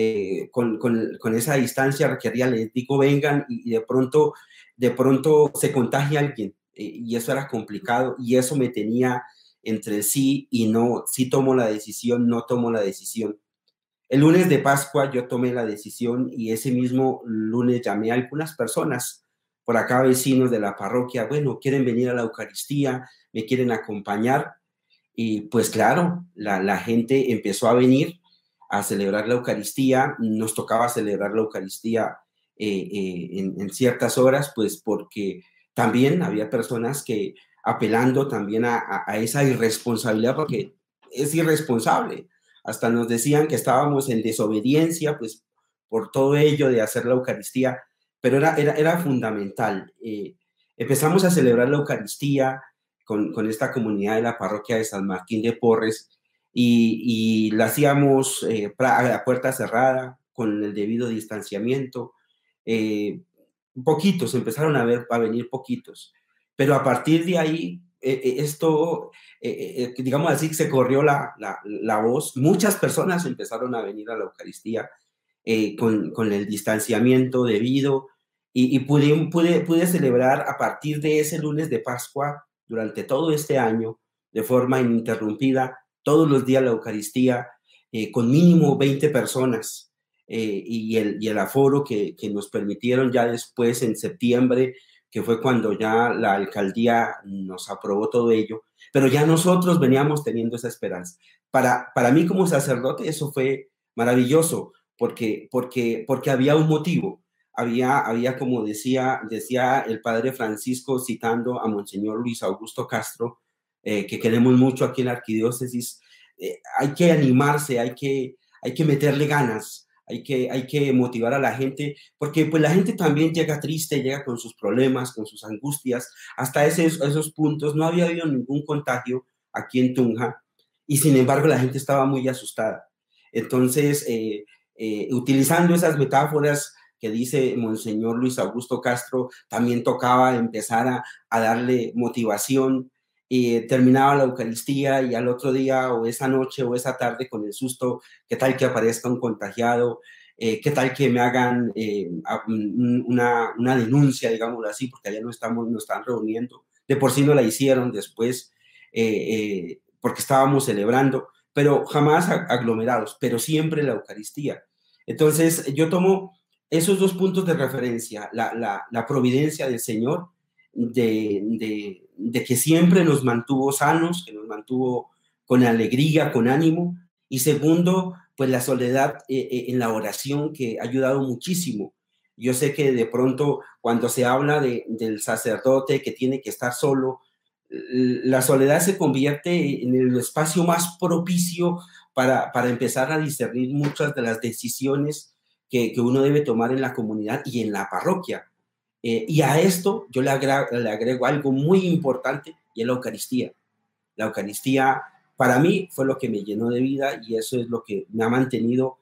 con esa distancia requerida, les digo vengan, y de pronto se contagia alguien, y eso era complicado, y eso me tenía entre sí y no, sí tomo la decisión, no tomo la decisión. El lunes de Pascua yo tomé la decisión, y ese mismo lunes llamé a algunas personas por acá, vecinos de la parroquia. Bueno, ¿quieren venir a la Eucaristía? ¿Me quieren acompañar? Y pues claro, la gente empezó a venir a celebrar la Eucaristía. Nos tocaba celebrar la Eucaristía en ciertas horas, pues porque también había personas que apelando también a esa irresponsabilidad, porque es irresponsable. Hasta nos decían que estábamos en desobediencia, pues por todo ello de hacer la Eucaristía, pero era fundamental. Empezamos a celebrar la Eucaristía con esta comunidad de la parroquia de San Martín de Porres, y la hacíamos a puerta cerrada, con el debido distanciamiento. Poquitos, empezaron a venir poquitos, pero a partir de ahí, esto, digamos así, se corrió la voz. Muchas personas empezaron a venir a la Eucaristía con el distanciamiento debido, y pude celebrar a partir de ese lunes de Pascua durante todo este año de forma ininterrumpida, todos los días la Eucaristía, con mínimo 20 personas. Y el aforo que nos permitieron ya después en septiembre, que fue cuando ya la alcaldía nos aprobó todo ello, pero ya nosotros veníamos teniendo esa esperanza. Para mí como sacerdote eso fue maravilloso, porque había un motivo. Había como decía el padre Francisco, citando a Monseñor Luis Augusto Castro, que queremos mucho aquí en la arquidiócesis, hay que animarse, hay que meterle ganas, hay que motivar a la gente, porque pues la gente también llega triste, llega con sus problemas, con sus angustias, hasta esos puntos. No había habido ningún contagio aquí en Tunja, y sin embargo la gente estaba muy asustada. Entonces, utilizando esas metáforas que dice Monseñor Luis Augusto Castro, también tocaba empezar a darle motivación, y terminaba la Eucaristía y al otro día o esa noche o esa tarde con el susto, ¿qué tal que aparezca un contagiado? ¿Qué tal que me hagan una denuncia, digámoslo así, porque allá no están reuniendo? De por sí no la hicieron después, porque estábamos celebrando, pero jamás aglomerados, pero siempre la Eucaristía. Entonces yo tomo esos dos puntos de referencia, la providencia del Señor, de que siempre nos mantuvo sanos, que nos mantuvo con alegría, con ánimo, y segundo, pues la soledad en la oración, que ha ayudado muchísimo. Yo sé que de pronto cuando se habla del sacerdote que tiene que estar solo, la soledad se convierte en el espacio más propicio para empezar a discernir muchas de las decisiones que uno debe tomar en la comunidad y en la parroquia. Y a esto yo le agrego algo muy importante, y es la Eucaristía. La Eucaristía para mí fue lo que me llenó de vida, y eso es lo que me ha mantenido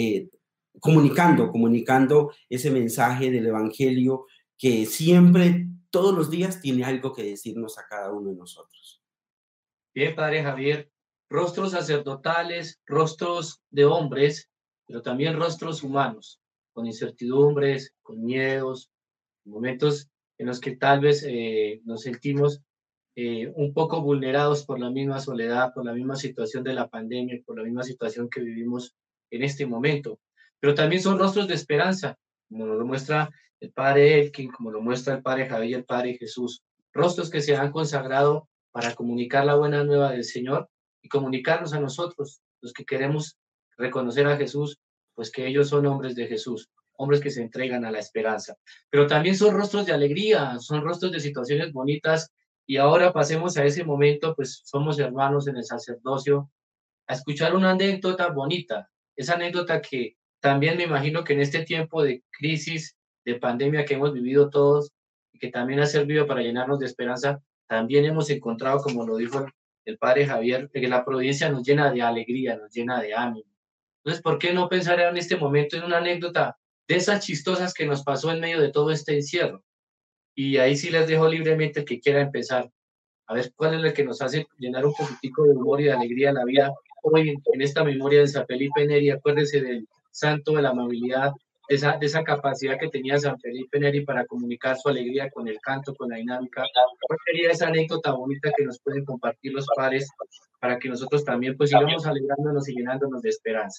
comunicando ese mensaje del Evangelio, que siempre, todos los días, tiene algo que decirnos a cada uno de nosotros. Bien, padre Javier, rostros sacerdotales, rostros de hombres, pero también rostros humanos, con incertidumbres, con miedos, momentos en los que tal vez nos sentimos un poco vulnerados por la misma soledad, por la misma situación de la pandemia, por la misma situación que vivimos en este momento. Pero también son rostros de esperanza, como lo muestra el padre Elkin, como lo muestra el padre Javier, el padre Jesús, rostros que se han consagrado para comunicar la buena nueva del Señor y comunicarnos a nosotros, los que queremos reconocer a Jesús, pues que ellos son hombres de Jesús, hombres que se entregan a la esperanza. Pero también son rostros de alegría, son rostros de situaciones bonitas. Y ahora pasemos a ese momento, pues somos hermanos en el sacerdocio, a escuchar una anécdota bonita, esa anécdota que también me imagino que en este tiempo de crisis, de pandemia que hemos vivido todos, y que también ha servido para llenarnos de esperanza, también hemos encontrado, como lo dijo el padre Javier, que la providencia nos llena de alegría, nos llena de ánimo. Entonces, ¿por qué no pensar en este momento en una anécdota de esas chistosas que nos pasó en medio de todo este encierro? Y ahí sí les dejo libremente el que quiera empezar. A ver cuál es la que nos hace llenar un poquitico de humor y de alegría en la vida. Hoy, en esta memoria de San Felipe Neri, acuérdese del santo de la amabilidad, de esa capacidad que tenía San Felipe Neri para comunicar su alegría con el canto, con la dinámica. ¿Cuál sería esa anécdota bonita que nos pueden compartir los padres para que nosotros también pues sigamos alegrándonos y llenándonos de esperanza?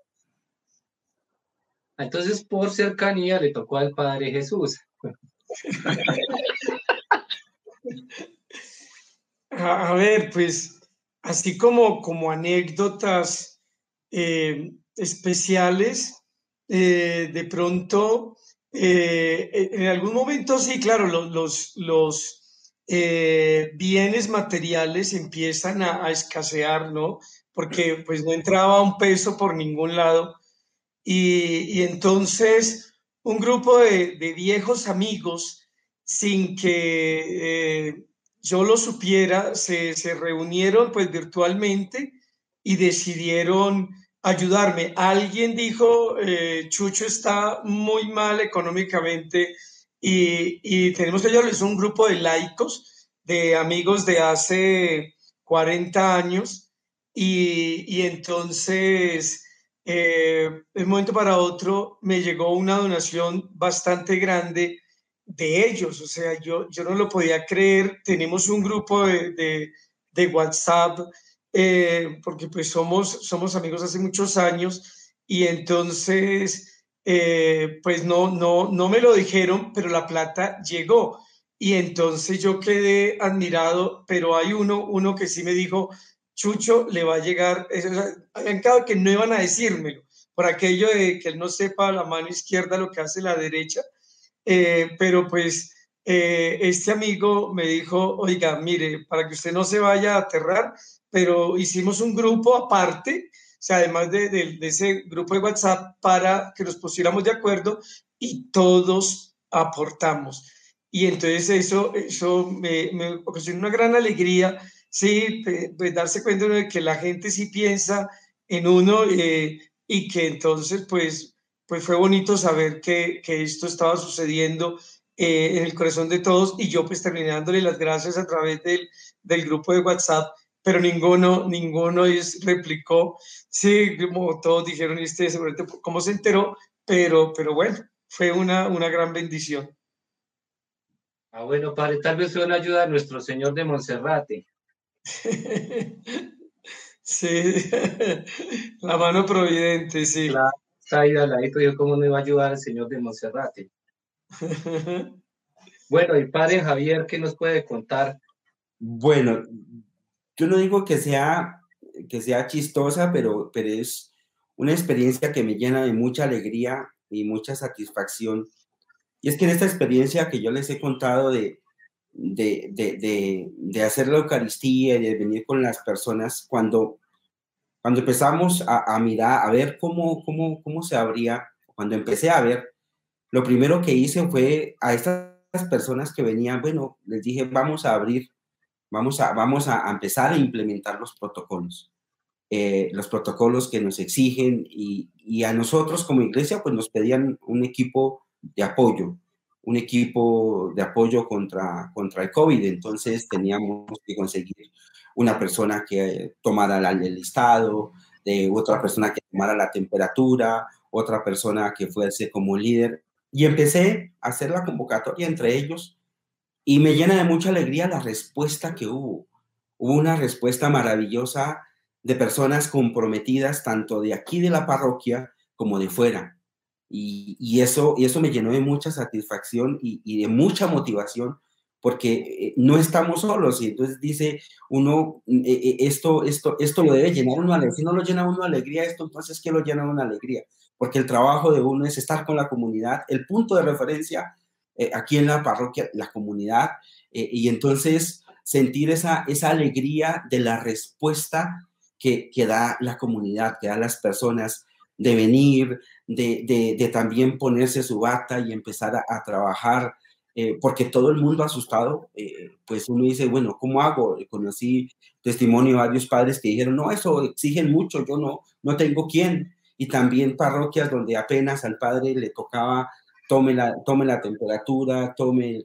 Entonces, por cercanía, le tocó al Padre Jesús. A ver, pues así como anécdotas especiales, de pronto, en algún momento sí, claro, los bienes materiales empiezan a escasear, ¿no? Porque pues no entraba un peso por ningún lado. Y entonces un grupo de viejos amigos, sin que yo lo supiera, se reunieron pues virtualmente y decidieron ayudarme. Alguien dijo, Chucho está muy mal económicamente y tenemos que ayudarle. Es un grupo de laicos, de amigos de hace 40 años y entonces de un momento para otro me llegó una donación bastante grande de ellos, o sea, yo no lo podía creer. Tenemos un grupo de WhatsApp, porque pues somos amigos hace muchos años, y entonces pues no me lo dijeron, pero la plata llegó, y entonces yo quedé admirado. Pero hay uno que sí me dijo, Chucho le va a llegar, o sea, habían quedado que no iban a decírmelo, por aquello de que él no sepa la mano izquierda lo que hace la derecha, pero pues este amigo me dijo, oiga, mire, para que usted no se vaya a aterrar, pero hicimos un grupo aparte, o sea, además de ese grupo de WhatsApp, para que nos pusiéramos de acuerdo y todos aportamos. Y entonces eso me ocasionó una gran alegría, sí, pues darse cuenta de que la gente sí piensa en uno y que entonces pues fue bonito saber que esto estaba sucediendo en el corazón de todos y yo pues terminé dándole las gracias a través del grupo de WhatsApp, pero ninguno replicó, sí, como todos dijeron, seguramente cómo se enteró, pero bueno, fue una gran bendición. Ah, bueno, padre, tal vez fue una ayuda a nuestro Señor de Monserrate. Sí, la mano providente, sí. Claro, está ahí al ladito, yo cómo no iba a ayudar al Señor de Monserrate. Bueno, y padre Javier, ¿qué nos puede contar? Bueno, yo no digo que sea chistosa, pero es una experiencia que me llena de mucha alegría y mucha satisfacción. Y es que en esta experiencia que yo les he contado de hacer la Eucaristía y de venir con las personas, cuando empezamos a mirar, a ver cómo se abría, cuando empecé a ver, lo primero que hice fue a estas personas que venían, bueno, les dije, vamos a abrir, vamos a empezar a implementar los protocolos que nos exigen y a nosotros como iglesia pues nos pedían un equipo de apoyo contra el COVID. Entonces teníamos que conseguir una persona que tomara el listado, de otra persona que tomara la temperatura, otra persona que fuese como líder. Y empecé a hacer la convocatoria entre ellos y me llena de mucha alegría la respuesta que hubo. Hubo una respuesta maravillosa de personas comprometidas, tanto de aquí de la parroquia como de fuera. Y eso me llenó de mucha satisfacción y de mucha motivación, porque no estamos solos. Y entonces dice uno, esto lo debe llenar uno de alegría. Si no lo llena uno de alegría, entonces, ¿qué lo llena uno de alegría? Porque el trabajo de uno es estar con la comunidad, el punto de referencia aquí en la parroquia, la comunidad, y entonces sentir esa alegría de la respuesta que da la comunidad, que da las personas, de venir, de también ponerse su bata y empezar a trabajar, porque todo el mundo asustado, pues uno dice, bueno, ¿cómo hago? Conocí testimonio de varios padres que dijeron, no, eso exigen mucho, yo no tengo quién. Y también parroquias donde apenas al padre le tocaba, tome la temperatura, tome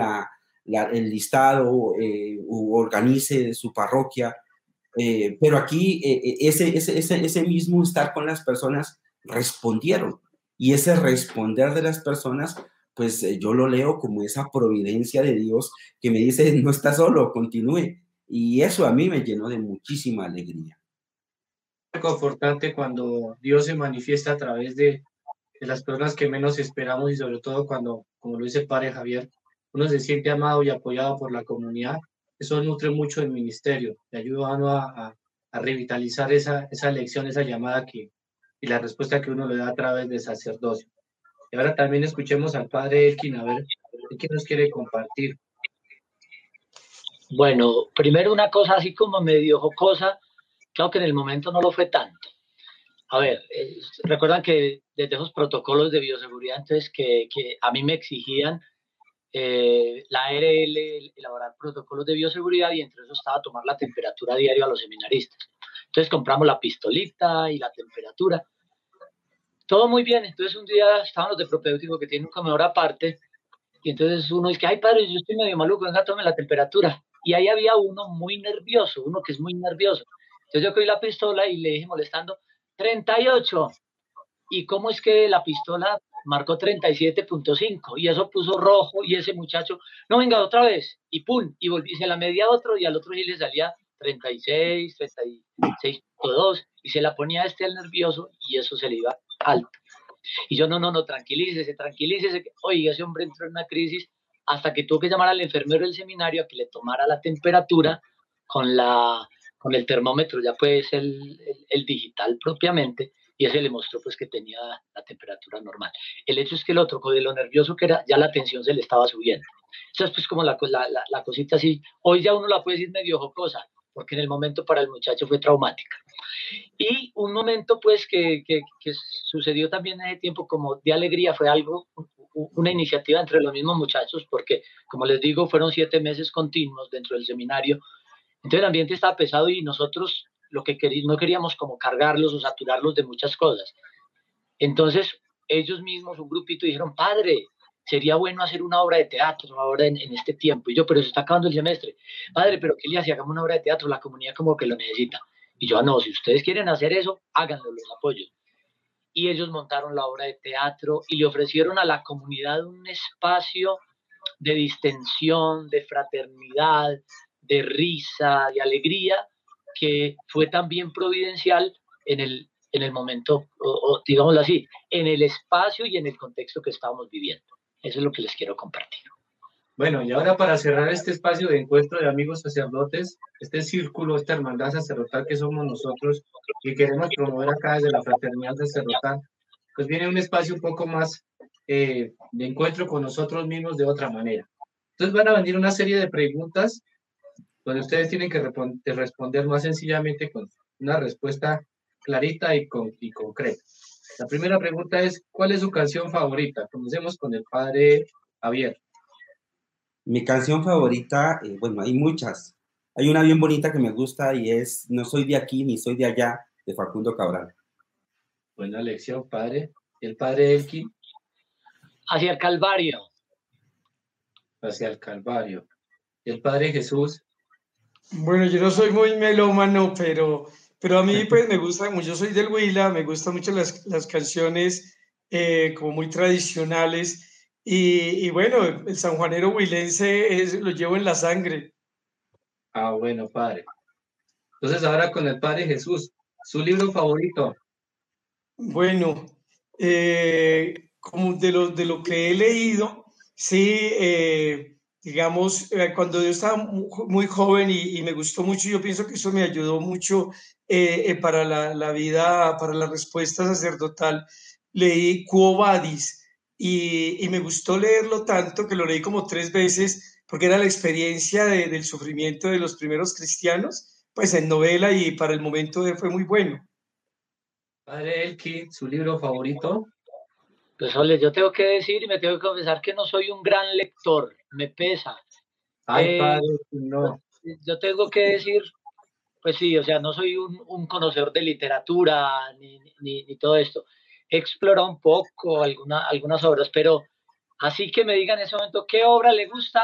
el listado, organice su parroquia. Pero aquí ese mismo estar con las personas respondieron, y ese responder de las personas, pues yo lo leo como esa providencia de Dios que me dice, no está solo, continúe, y eso a mí me llenó de muchísima alegría. Confortante cuando Dios se manifiesta a través de las personas que menos esperamos y sobre todo cuando, como lo dice el padre Javier, uno se siente amado y apoyado por la comunidad. Eso nutre mucho el ministerio, le ayuda a uno a revitalizar esa elección, esa llamada y la respuesta que uno le da a través del sacerdocio. Y ahora también escuchemos al padre Elkin, a ver qué nos quiere compartir. Bueno, primero una cosa así como medio jocosa, claro que en el momento no lo fue tanto. A ver, recuerdan que desde esos protocolos de bioseguridad, entonces que a mí me exigían la ARL elaborar protocolos de bioseguridad, y entre eso estaba tomar la temperatura diaria a los seminaristas. Entonces compramos la pistolita y la temperatura. Todo muy bien. Entonces un día estaban los de propedéutico que tienen un comedor aparte, y entonces uno dice, ay padre, yo estoy medio maluco, venga, tome la temperatura. Y ahí había uno muy nervioso, uno que es muy nervioso. Entonces yo cogí la pistola y le dije molestando, 38. ¿Y cómo es que la pistola marcó 37.5? Y eso puso rojo, y ese muchacho, no, venga otra vez, y pum, y volví, se la medía otro, y al otro sí le salía 36, 36.2, y se la ponía al nervioso, y eso se le iba alto. Y yo, no, tranquilícese. Oiga, ese hombre entró en una crisis hasta que tuvo que llamar al enfermero del seminario a que le tomara la temperatura con la con el termómetro, ya pues el digital propiamente, y ese le mostró pues que tenía la temperatura normal. El hecho es que el otro, de lo nervioso que era, ya la tensión se le estaba subiendo. Esa es pues como la cosita así. Hoy ya uno la puede decir medio jocosa, porque en el momento para el muchacho fue traumática. Y un momento pues que sucedió también en ese tiempo como de alegría, fue algo, una iniciativa entre los mismos muchachos, porque como les digo, fueron 7 meses continuos dentro del seminario. Entonces el ambiente estaba pesado y nosotros lo que no queríamos como cargarlos o saturarlos de muchas cosas. Entonces ellos mismos, un grupito, dijeron, padre, sería bueno hacer una obra de teatro ahora en este tiempo. Y yo, pero se está acabando el semestre. Padre, pero ¿qué le hace? Hagamos una obra de teatro, la comunidad como que lo necesita. Y yo, no, si ustedes quieren hacer eso, háganlo, los apoyo. Y ellos montaron la obra de teatro y le ofrecieron a la comunidad un espacio de distensión, de fraternidad, de risa, de alegría, que fue también providencial en el momento, o digámoslo así, en el espacio y en el contexto que estábamos viviendo. Eso es lo que les quiero compartir. Bueno, y ahora para cerrar este espacio de encuentro de amigos sacerdotes, este círculo, esta hermandad sacerdotal que somos nosotros y queremos promover acá desde la fraternidad sacerdotal, pues viene un espacio un poco más de encuentro con nosotros mismos de otra manera. Entonces van a venir una serie de preguntas donde ustedes tienen que responder más sencillamente con una respuesta clarita y concreta. La primera pregunta es, ¿cuál es su canción favorita? Comencemos con el padre Javier. Mi canción favorita, bueno, hay muchas. Hay una bien bonita que me gusta y es No soy de aquí ni soy de allá, de Facundo Cabral. Buena lección, padre. ¿El padre Elkin? Hacia el Calvario. Hacia el Calvario. ¿Y el padre Jesús? Bueno, yo no soy muy melómano, pero a mí pues me gusta mucho, yo soy del Huila, me gustan mucho las canciones como muy tradicionales y bueno, el sanjuanero huilense lo llevo en la sangre. Ah, bueno, padre. Entonces ahora con el padre Jesús, ¿su libro favorito? Bueno, como de lo que he leído, sí, digamos, cuando yo estaba muy joven y me gustó mucho, yo pienso que eso me ayudó mucho para la vida, para la respuesta sacerdotal. Leí Quo Vadis y me gustó leerlo tanto que lo leí como 3 veces porque era la experiencia del sufrimiento de los primeros cristianos, pues en novela y para el momento fue muy bueno. Padre Elkin, ¿su libro favorito? Pues ole, yo tengo que decir y me tengo que confesar que no soy un gran lector, me pesa. Ay, padre, no. Yo tengo que decir, pues sí, o sea, no soy un conocedor de literatura ni todo esto. He explorado un poco algunas obras, pero así que me digan en ese momento qué obra le gusta,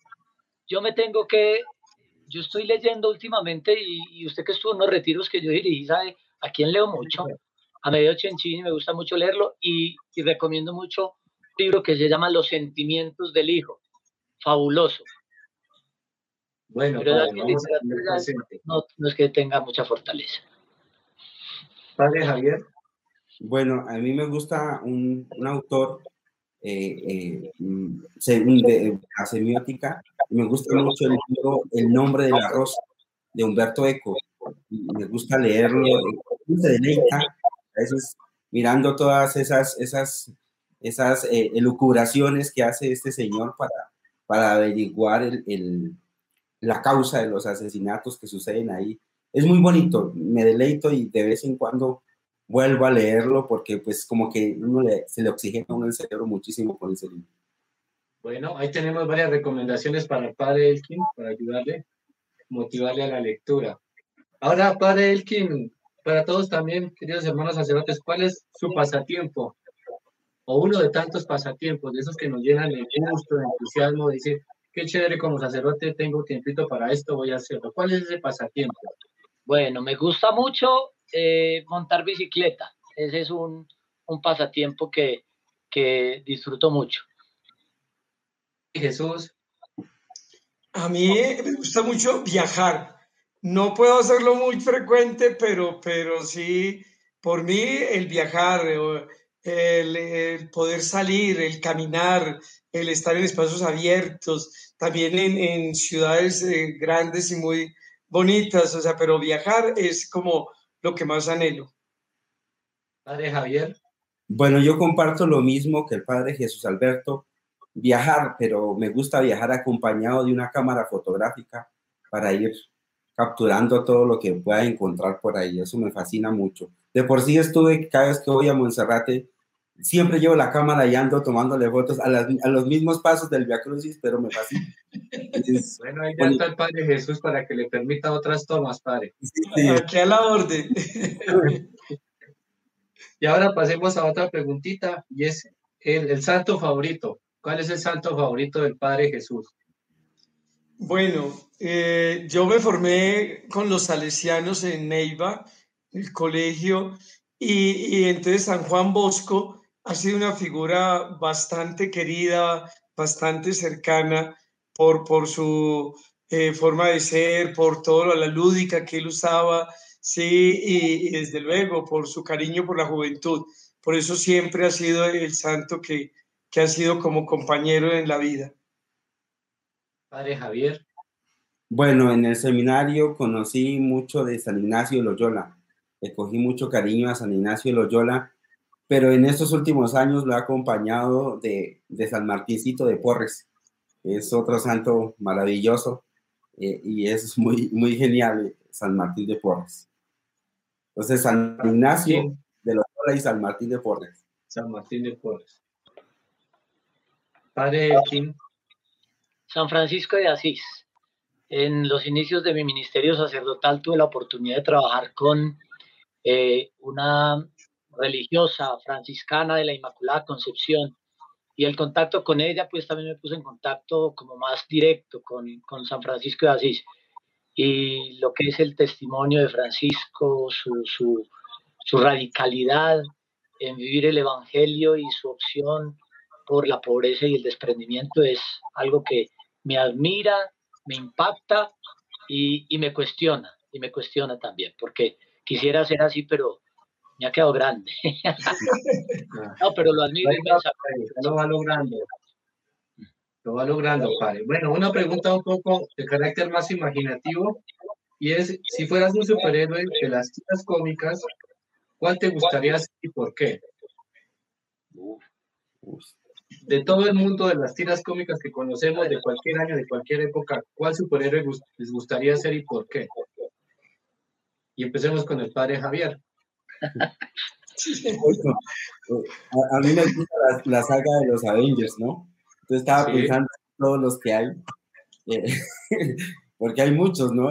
yo estoy leyendo últimamente y usted que estuvo en los retiros que yo dirigí, ¿sabe a quién leo mucho? A Medio Cencini, me gusta mucho leerlo y recomiendo mucho un libro que se llama Los sentimientos del hijo, fabuloso. Bueno, pero padre, vamos a tener presente. No es que tenga mucha fortaleza. Padre Javier. Bueno, a mí me gusta un autor de la semiótica, me gusta mucho el libro El nombre de la rosa, de Humberto Eco. Me gusta leerlo, se deleita a veces mirando todas esas elucubraciones que hace este señor para averiguar la causa de los asesinatos que suceden ahí. Es muy bonito, me deleito y de vez en cuando vuelvo a leerlo porque pues como que se le oxigena a uno el cerebro muchísimo con ese libro. Bueno, ahí tenemos varias recomendaciones para el padre Elkin, para ayudarle, motivarle a la lectura. Ahora, padre Elkin, para todos también, queridos hermanos sacerdotes, ¿cuál es su pasatiempo? O uno de tantos pasatiempos, de esos que nos llenan de gusto, de entusiasmo, de decir, qué chévere como sacerdote, tengo tiempito para esto, voy a hacerlo. ¿Cuál es ese pasatiempo? Bueno, me gusta mucho montar bicicleta. Ese es un pasatiempo que disfruto mucho. Jesús. A mí me gusta mucho viajar. No puedo hacerlo muy frecuente, pero sí, por mí el viajar, el poder salir, el caminar, el estar en espacios abiertos, también en ciudades grandes y muy, bonitas, o sea, pero viajar es como lo que más anhelo. Padre Javier. Bueno, yo comparto lo mismo que el padre Jesús Alberto, viajar, pero me gusta viajar acompañado de una cámara fotográfica para ir capturando todo lo que pueda encontrar por ahí. Eso me fascina mucho. De por sí cada vez que voy a Monserrate, siempre llevo la cámara y ando tomándole fotos a los mismos pasos del Via Crucis, pero me fascina. Bueno, ahí ya está el Padre Jesús para que le permita otras tomas, Padre. Sí. Aquí a la orden. Y ahora pasemos a otra preguntita, y es el santo favorito. ¿Cuál es el santo favorito del Padre Jesús? Bueno, yo me formé con los salesianos en Neiva, el colegio, y entonces San Juan Bosco ha sido una figura bastante querida, bastante cercana por su forma de ser, por todo la lúdica que él usaba, sí, y desde luego por su cariño por la juventud. Por eso siempre ha sido el santo que ha sido como compañero en la vida. Padre Javier. Bueno, en el seminario conocí mucho de San Ignacio de Loyola. Le cogí mucho cariño a San Ignacio de Loyola, pero en estos últimos años lo he acompañado de San Martincito de Porres. Es otro santo maravilloso y es muy, muy genial, San Martín de Porres. Entonces, San Ignacio de Loyola y San Martín de Porres. San Martín de Porres. Padre Elkin. San Francisco de Asís. En los inicios de mi ministerio sacerdotal tuve la oportunidad de trabajar con una religiosa franciscana de la Inmaculada Concepción, y el contacto con ella pues también me puso en contacto como más directo con San Francisco de Asís, y lo que es el testimonio de Francisco, su radicalidad en vivir el Evangelio y su opción por la pobreza y el desprendimiento es algo que me admira, me impacta y me cuestiona también, porque quisiera ser así, pero me ha quedado grande. No, pero lo admiro inmensamente. Lo va logrando. Lo va logrando, padre. Bueno, una pregunta un poco de carácter más imaginativo, y es, si fueras un superhéroe de las tiras cómicas, ¿cuál te gustaría ser y por qué? De todo el mundo de las tiras cómicas que conocemos, de cualquier año, de cualquier época, ¿cuál superhéroe les gustaría ser y por qué? Y empecemos con el padre Javier. Bueno, a mí me gusta la saga de los Avengers, ¿no? Entonces estaba pensando en todos los que hay, porque hay muchos, ¿no?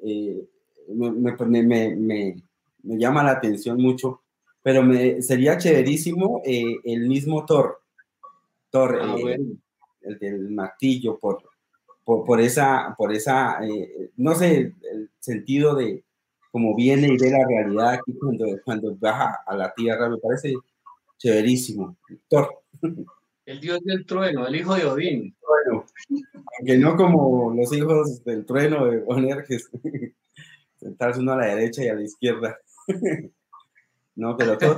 Me llama la atención mucho, pero sería chéverísimo el mismo Thor, Bueno. el del martillo, por esa no sé, el sentido de cómo viene y ve la realidad aquí cuando baja a la tierra, me parece chéverísimo. Thor. El dios del trueno, el hijo de Odín. Bueno, aunque no como los hijos del trueno de Bonerges, sentarse uno a la derecha y a la izquierda. No, pero Thor.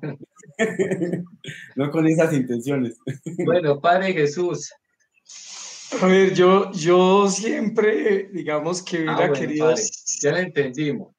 No con esas intenciones. Bueno, Padre Jesús. A ver, yo siempre, digamos que hubiera querido... Padre, ya lo entendimos.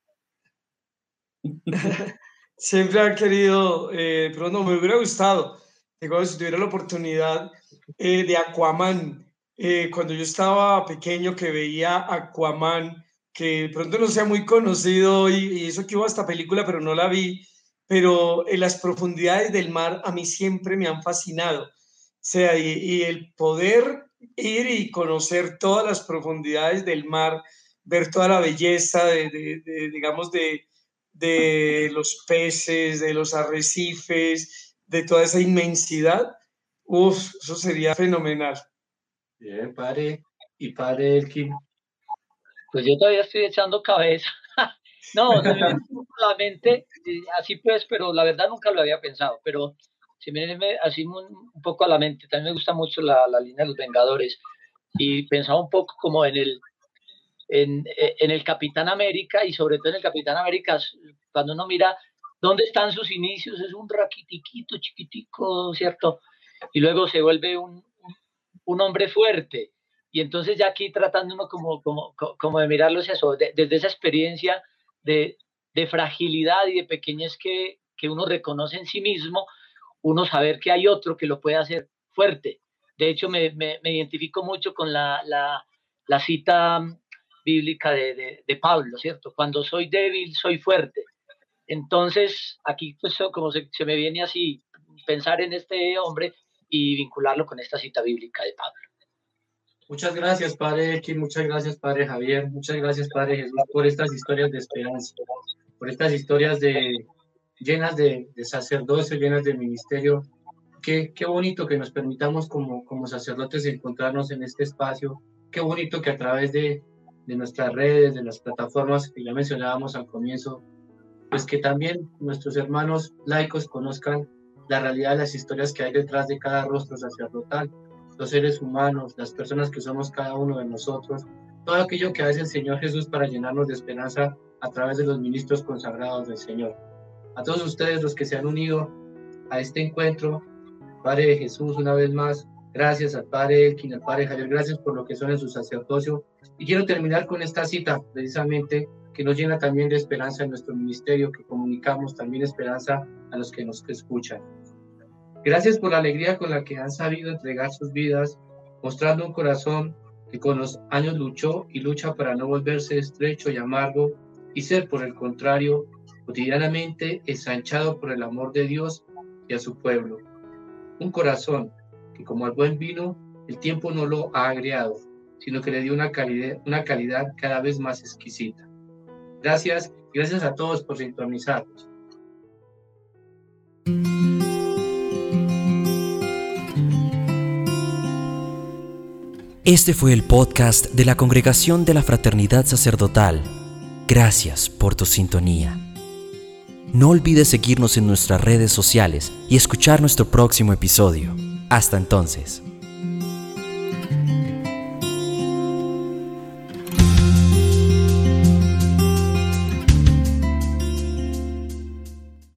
Siempre ha querido, pero no, me hubiera gustado, digo, si tuviera la oportunidad de Aquaman, cuando yo estaba pequeño que veía Aquaman, que de pronto no sea muy conocido y eso que hubo esta película, pero no la vi, pero en las profundidades del mar a mí siempre me han fascinado, o sea, y el poder ir y conocer todas las profundidades del mar, ver toda la belleza digamos, de los peces, de los arrecifes, de toda esa inmensidad, eso sería fenomenal. Bien, padre. ¿Y padre Elkin? Pues yo todavía estoy echando cabeza. No, se me viene a la mente, así pues, pero la verdad nunca lo había pensado, pero se me viene así un poco a la mente. También me gusta mucho la línea de los Vengadores, y pensaba un poco como en el Capitán América, y sobre todo en el Capitán América, cuando uno mira dónde están sus inicios, es un raquitiquito, chiquitico, ¿cierto? Y luego se vuelve un hombre fuerte, Y entonces ya aquí tratando uno como de mirarlo es eso, desde esa experiencia de fragilidad y de pequeñez que uno reconoce en sí mismo, uno saber que hay otro que lo puede hacer fuerte. De hecho, me identifico mucho con la cita bíblica de Pablo, ¿cierto? Cuando soy débil, soy fuerte. Entonces, aquí pues como se me viene así pensar en este hombre y vincularlo con esta cita bíblica de Pablo. Muchas gracias, Padre Elkin, muchas gracias, Padre Javier, muchas gracias, Padre Jesús, por estas historias de esperanza, por estas historias llenas de sacerdocio, llenas de ministerio. Qué bonito que nos permitamos como sacerdotes encontrarnos en este espacio. Qué bonito que a través de nuestras redes, de las plataformas que ya mencionábamos al comienzo, pues que también nuestros hermanos laicos conozcan la realidad de las historias que hay detrás de cada rostro sacerdotal, los seres humanos, las personas que somos cada uno de nosotros, todo aquello que hace el Señor Jesús para llenarnos de esperanza a través de los ministros consagrados del Señor. A todos ustedes los que se han unido a este encuentro, Padre de Jesús, una vez más, gracias al Padre Elkin, al Padre Javier, gracias por lo que son en su sacerdocio. Y quiero terminar con esta cita, precisamente, que nos llena también de esperanza en nuestro ministerio, que comunicamos también esperanza a los que nos escuchan. Gracias por la alegría con la que han sabido entregar sus vidas, mostrando un corazón que con los años luchó y lucha para no volverse estrecho y amargo y ser, por el contrario, cotidianamente ensanchado por el amor de Dios y a su pueblo. Un corazón que, como al buen vino, el tiempo no lo ha agriado, sino que le dio una calidad cada vez más exquisita. Gracias a todos por sintonizarnos. Este fue el podcast de la Congregación de la Fraternidad Sacerdotal. Gracias por tu sintonía. No olvides seguirnos en nuestras redes sociales y escuchar nuestro próximo episodio. Hasta entonces.